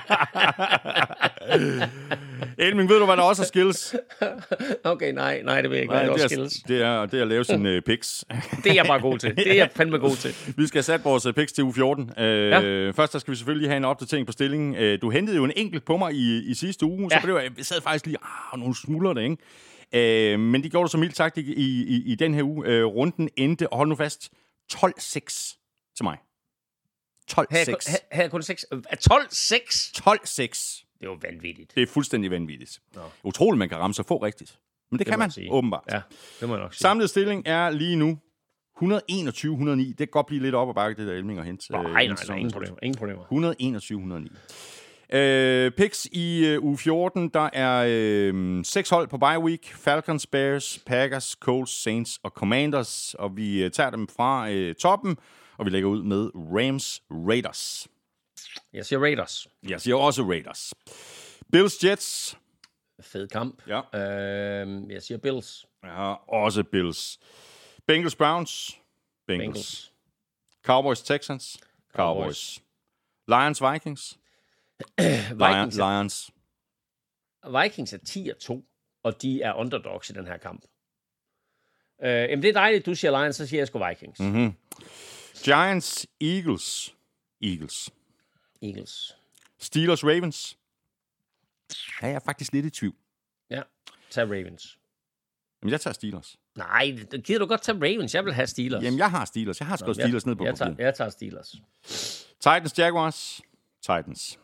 Elming, ved du, hvad der også er skills? Okay, nej, nej, det ved jeg ikke, Nej, hvad det, er er, skills. det, er, det er at lave sine uh, picks. Det er jeg bare god til. Det er jeg fandme god til. Vi skal have sat vores uh, picks til uge fjorten. Uh, ja. Først så skal vi selvfølgelig have en opdatering på stillingen. Uh, du hentede jo en enkelt på mig i, i sidste uge, ja. Så blev jeg, jeg sad faktisk lige, ah, nogle smuldrer det, ikke? Uh, men de gjorde det så mildt sagt i, i, i den her uge. Uh, runden endte, og hold nu fast, tolv seks til mig. tolv seks. Her er kun seks. tolv seks? tolv seks. Det er jo vanvittigt. Det er fuldstændig vanvittigt. Nå. Utroligt, man kan ramme så få rigtigt. Men det, det kan man, sige. Åbenbart. Ja, det må jeg nok sige. Samlet stilling er lige nu et hundrede enogtyve til et hundrede og ni. Det kan godt blive lidt op ad bakke, det der Elming og hente. Nej, nej, nej, ingen problemer. Ingen problemer. et hundrede enogtyve til et hundrede og ni. Uh, picks i uh, uge fjorten, der er uh, seks hold på bye week. Falcons, Bears, Packers, Colts, Saints og Commanders. Og vi uh, tager dem fra uh, toppen, og vi lægger ud med Rams, Raiders. Jeg siger Raiders. Jeg siger også Raiders. Bills, Jets. Fed kamp. Ja. Uh, jeg siger Bills. Jeg har også Bills. Bengals, Browns. Bengals. Bengals. Cowboys, Texans. Cowboys. Cowboys. Lions, Vikings. Vikings, Lions. Vikings er ti og to, og de er underdogs i den her kamp. Uh, jamen, det er dejligt, du siger Lions, så siger jeg sgu Vikings. Mm-hmm. Giants, Eagles. Eagles. Eagles. Steelers, Ravens. Ja, jeg er faktisk lidt i tvivl. Ja, tag Ravens. Jamen, jeg tager Steelers. Nej, det gider du godt tage Ravens. Jeg vil have Steelers. Jamen, jeg har Steelers. Jeg har skrevet Steelers jeg, ned på jeg tager, papiret. jeg tager Steelers. Titans, Jaguars. Titans.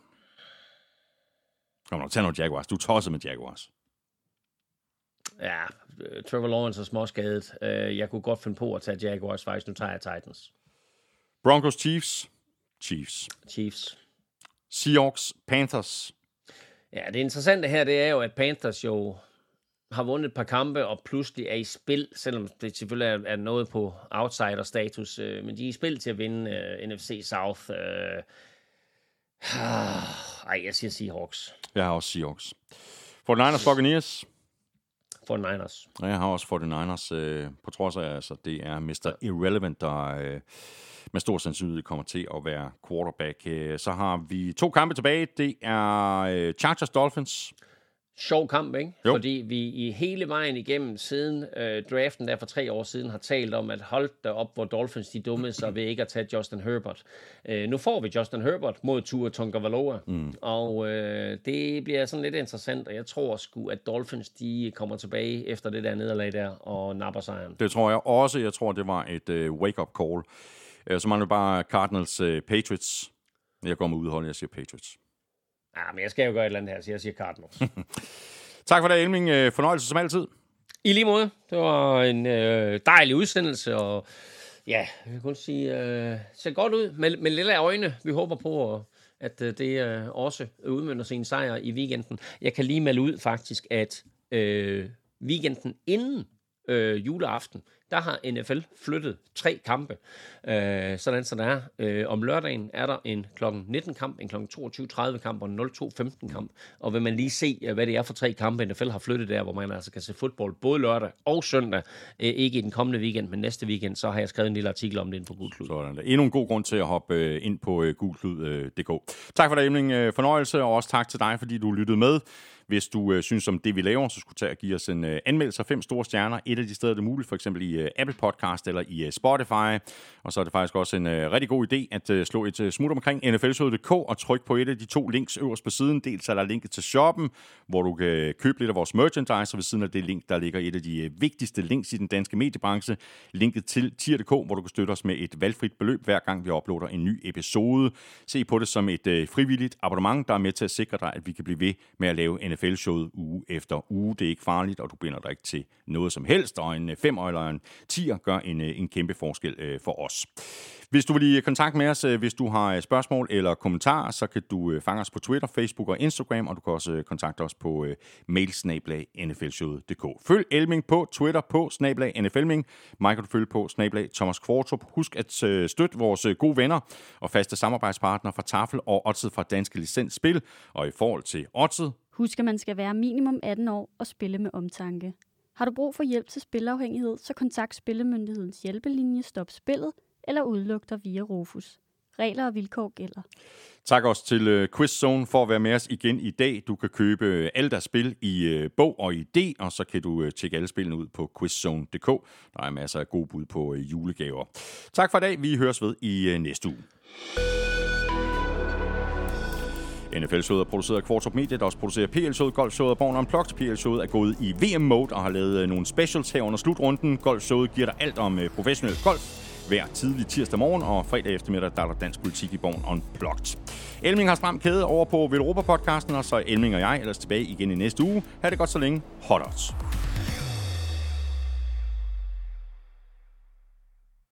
Kom nu, tag noget Jaguars. Du er tosset med Jaguars. Ja, Trevor Lawrence er småskadet. Jeg kunne godt finde på at tage Jaguars, faktisk. Nu tager jeg Titans. Broncos, Chiefs. Chiefs. Chiefs. Seahawks, Panthers. Ja, det interessante her, det er jo, at Panthers jo har vundet et par kampe, og pludselig er i spil, selvom det selvfølgelig er noget på outsider-status, øh, men de er i spil til at vinde øh, N F C South. Øh. Ej, jeg siger Seahawks. Jeg har også Seahawks. forty-niners, Buccaneers. forty-niners. Og jeg har også forty-niners, øh, på trods af, altså, det er mister Irrelevant, der øh, med stor sandsynlighed kommer til at være quarterback. Øh, så har vi to kampe tilbage. Det er øh, Chargers, Dolphins. Sjov kamp, ikke? Jo. Fordi vi i hele vejen igennem siden øh, draften der for tre år siden har talt om, at hold da op, hvor Dolphins de dumme sig ved ikke at tage Justin Herbert. Øh, nu får vi Justin Herbert mod Tua Tagovailoa, mm. og øh, det bliver sådan lidt interessant, og jeg tror sgu, at Dolphins de kommer tilbage efter det der nederlag der og napper sejren. Det tror jeg også. Jeg tror, det var et øh, wake-up call. Øh, så mangler bare Cardinals, øh, Patriots. Jeg går med udhold, jeg siger Patriots. Ja, men jeg skal jo gøre et eller andet her, så jeg siger Cardinals. Tak for det, Elming. Fornøjelse som altid. I lige måde. Det var en øh, dejlig udsendelse, og ja, jeg kan kun sige, øh, ser godt ud med, med lille øjne. Vi håber på, at øh, det øh, også udmønter sin sejr i weekenden. Jeg kan lige melde ud faktisk, at øh, weekenden inden øh, juleaften, der har N F L flyttet tre kampe. Øh, sådan så der er. Øh, om lørdagen er der en klokken nitten kamp, en klokken toogtyve tredive kamp og en nul to femten kamp. Og vil man lige se, hvad det er for tre kampe, N F L har flyttet der, hvor man altså kan se fodbold både lørdag og søndag. Øh, ikke i den kommende weekend, men næste weekend, så har jeg skrevet en lille artikel om det inde på Gul Klud. Sådan. Endnu en god grund til at hoppe ind på gulklud punktum d k. Tak for det, Emling. Fornøjelse, og også tak til dig, fordi du lyttede med. Hvis du øh, synes om det, vi laver, så skulle du tage og give os en øh, anmeldelse af fem store stjerner. Et af de steder, det er muligt, for eksempel i øh, Apple Podcast eller i øh, Spotify. Og så er det faktisk også en øh, rigtig god idé at øh, slå et øh, smut omkring N F L showet punktum d k og trykke på et af de to links øverst på siden. Dels er der linket til shoppen, hvor du kan købe lidt af vores merchandise, og ved siden af det link, der ligger et af de øh, vigtigste links i den danske mediebranche. Linket til tier punktum d k, hvor du kan støtte os med et valgfrit beløb, hver gang vi uploader en ny episode. Se på det som et øh, frivilligt abonnement, der er med til at sikre dig, at vi kan blive ved med at lave N F L-showet uge efter uge. Det er ikke farligt, og du binder dig ikke til noget som helst, og en fem eller en tier gør en, en kæmpe forskel for os. Hvis du vil i kontakt med os, hvis du har spørgsmål eller kommentarer, så kan du fange os på Twitter, Facebook og Instagram, og du kan også kontakte os på mail snabel-a n f l showet punktum d k. Følg Elming på Twitter på snabel-a n f elming. Mig kan du følge på snabel-a Thomas Kvartrup. Husk at støtte vores gode venner og faste samarbejdspartnere fra Tafel og Oddset fra Danske Licens Spil. Og i forhold til Oddset, husk, at man skal være minimum atten år og spille med omtanke. Har du brug for hjælp til spilafhængighed, så kontakt Spillemyndighedens hjælpelinje Stop Spillet eller udluk dig via Rufus. Regler og vilkår gælder. Tak også til uh, Quizzone for at være med os igen i dag. Du kan købe alle deres spil i uh, bog og idé, og så kan du uh, tjekke alle spillene ud på quizzone punktum d k. Der er masser af gode bud på uh, julegaver. Tak for i dag. Vi høres ved i uh, næste uge. N F L-showet er produceret af Kvartrup Media, der også producerer P L-showet, Golf-showet og Born Unplugged. P L-showet er gået i V M-mode og har lavet nogle specials her under slutrunden. Golf-showet giver dig alt om professionel golf hver tidlig tirsdag morgen, og fredag eftermiddag der er der dansk politik i Born Unplugged. Elming har stram kæde over på Velropa-podcasten, og så er Elming og jeg ellers tilbage igen i næste uge. Ha' det godt så længe. Hot odds.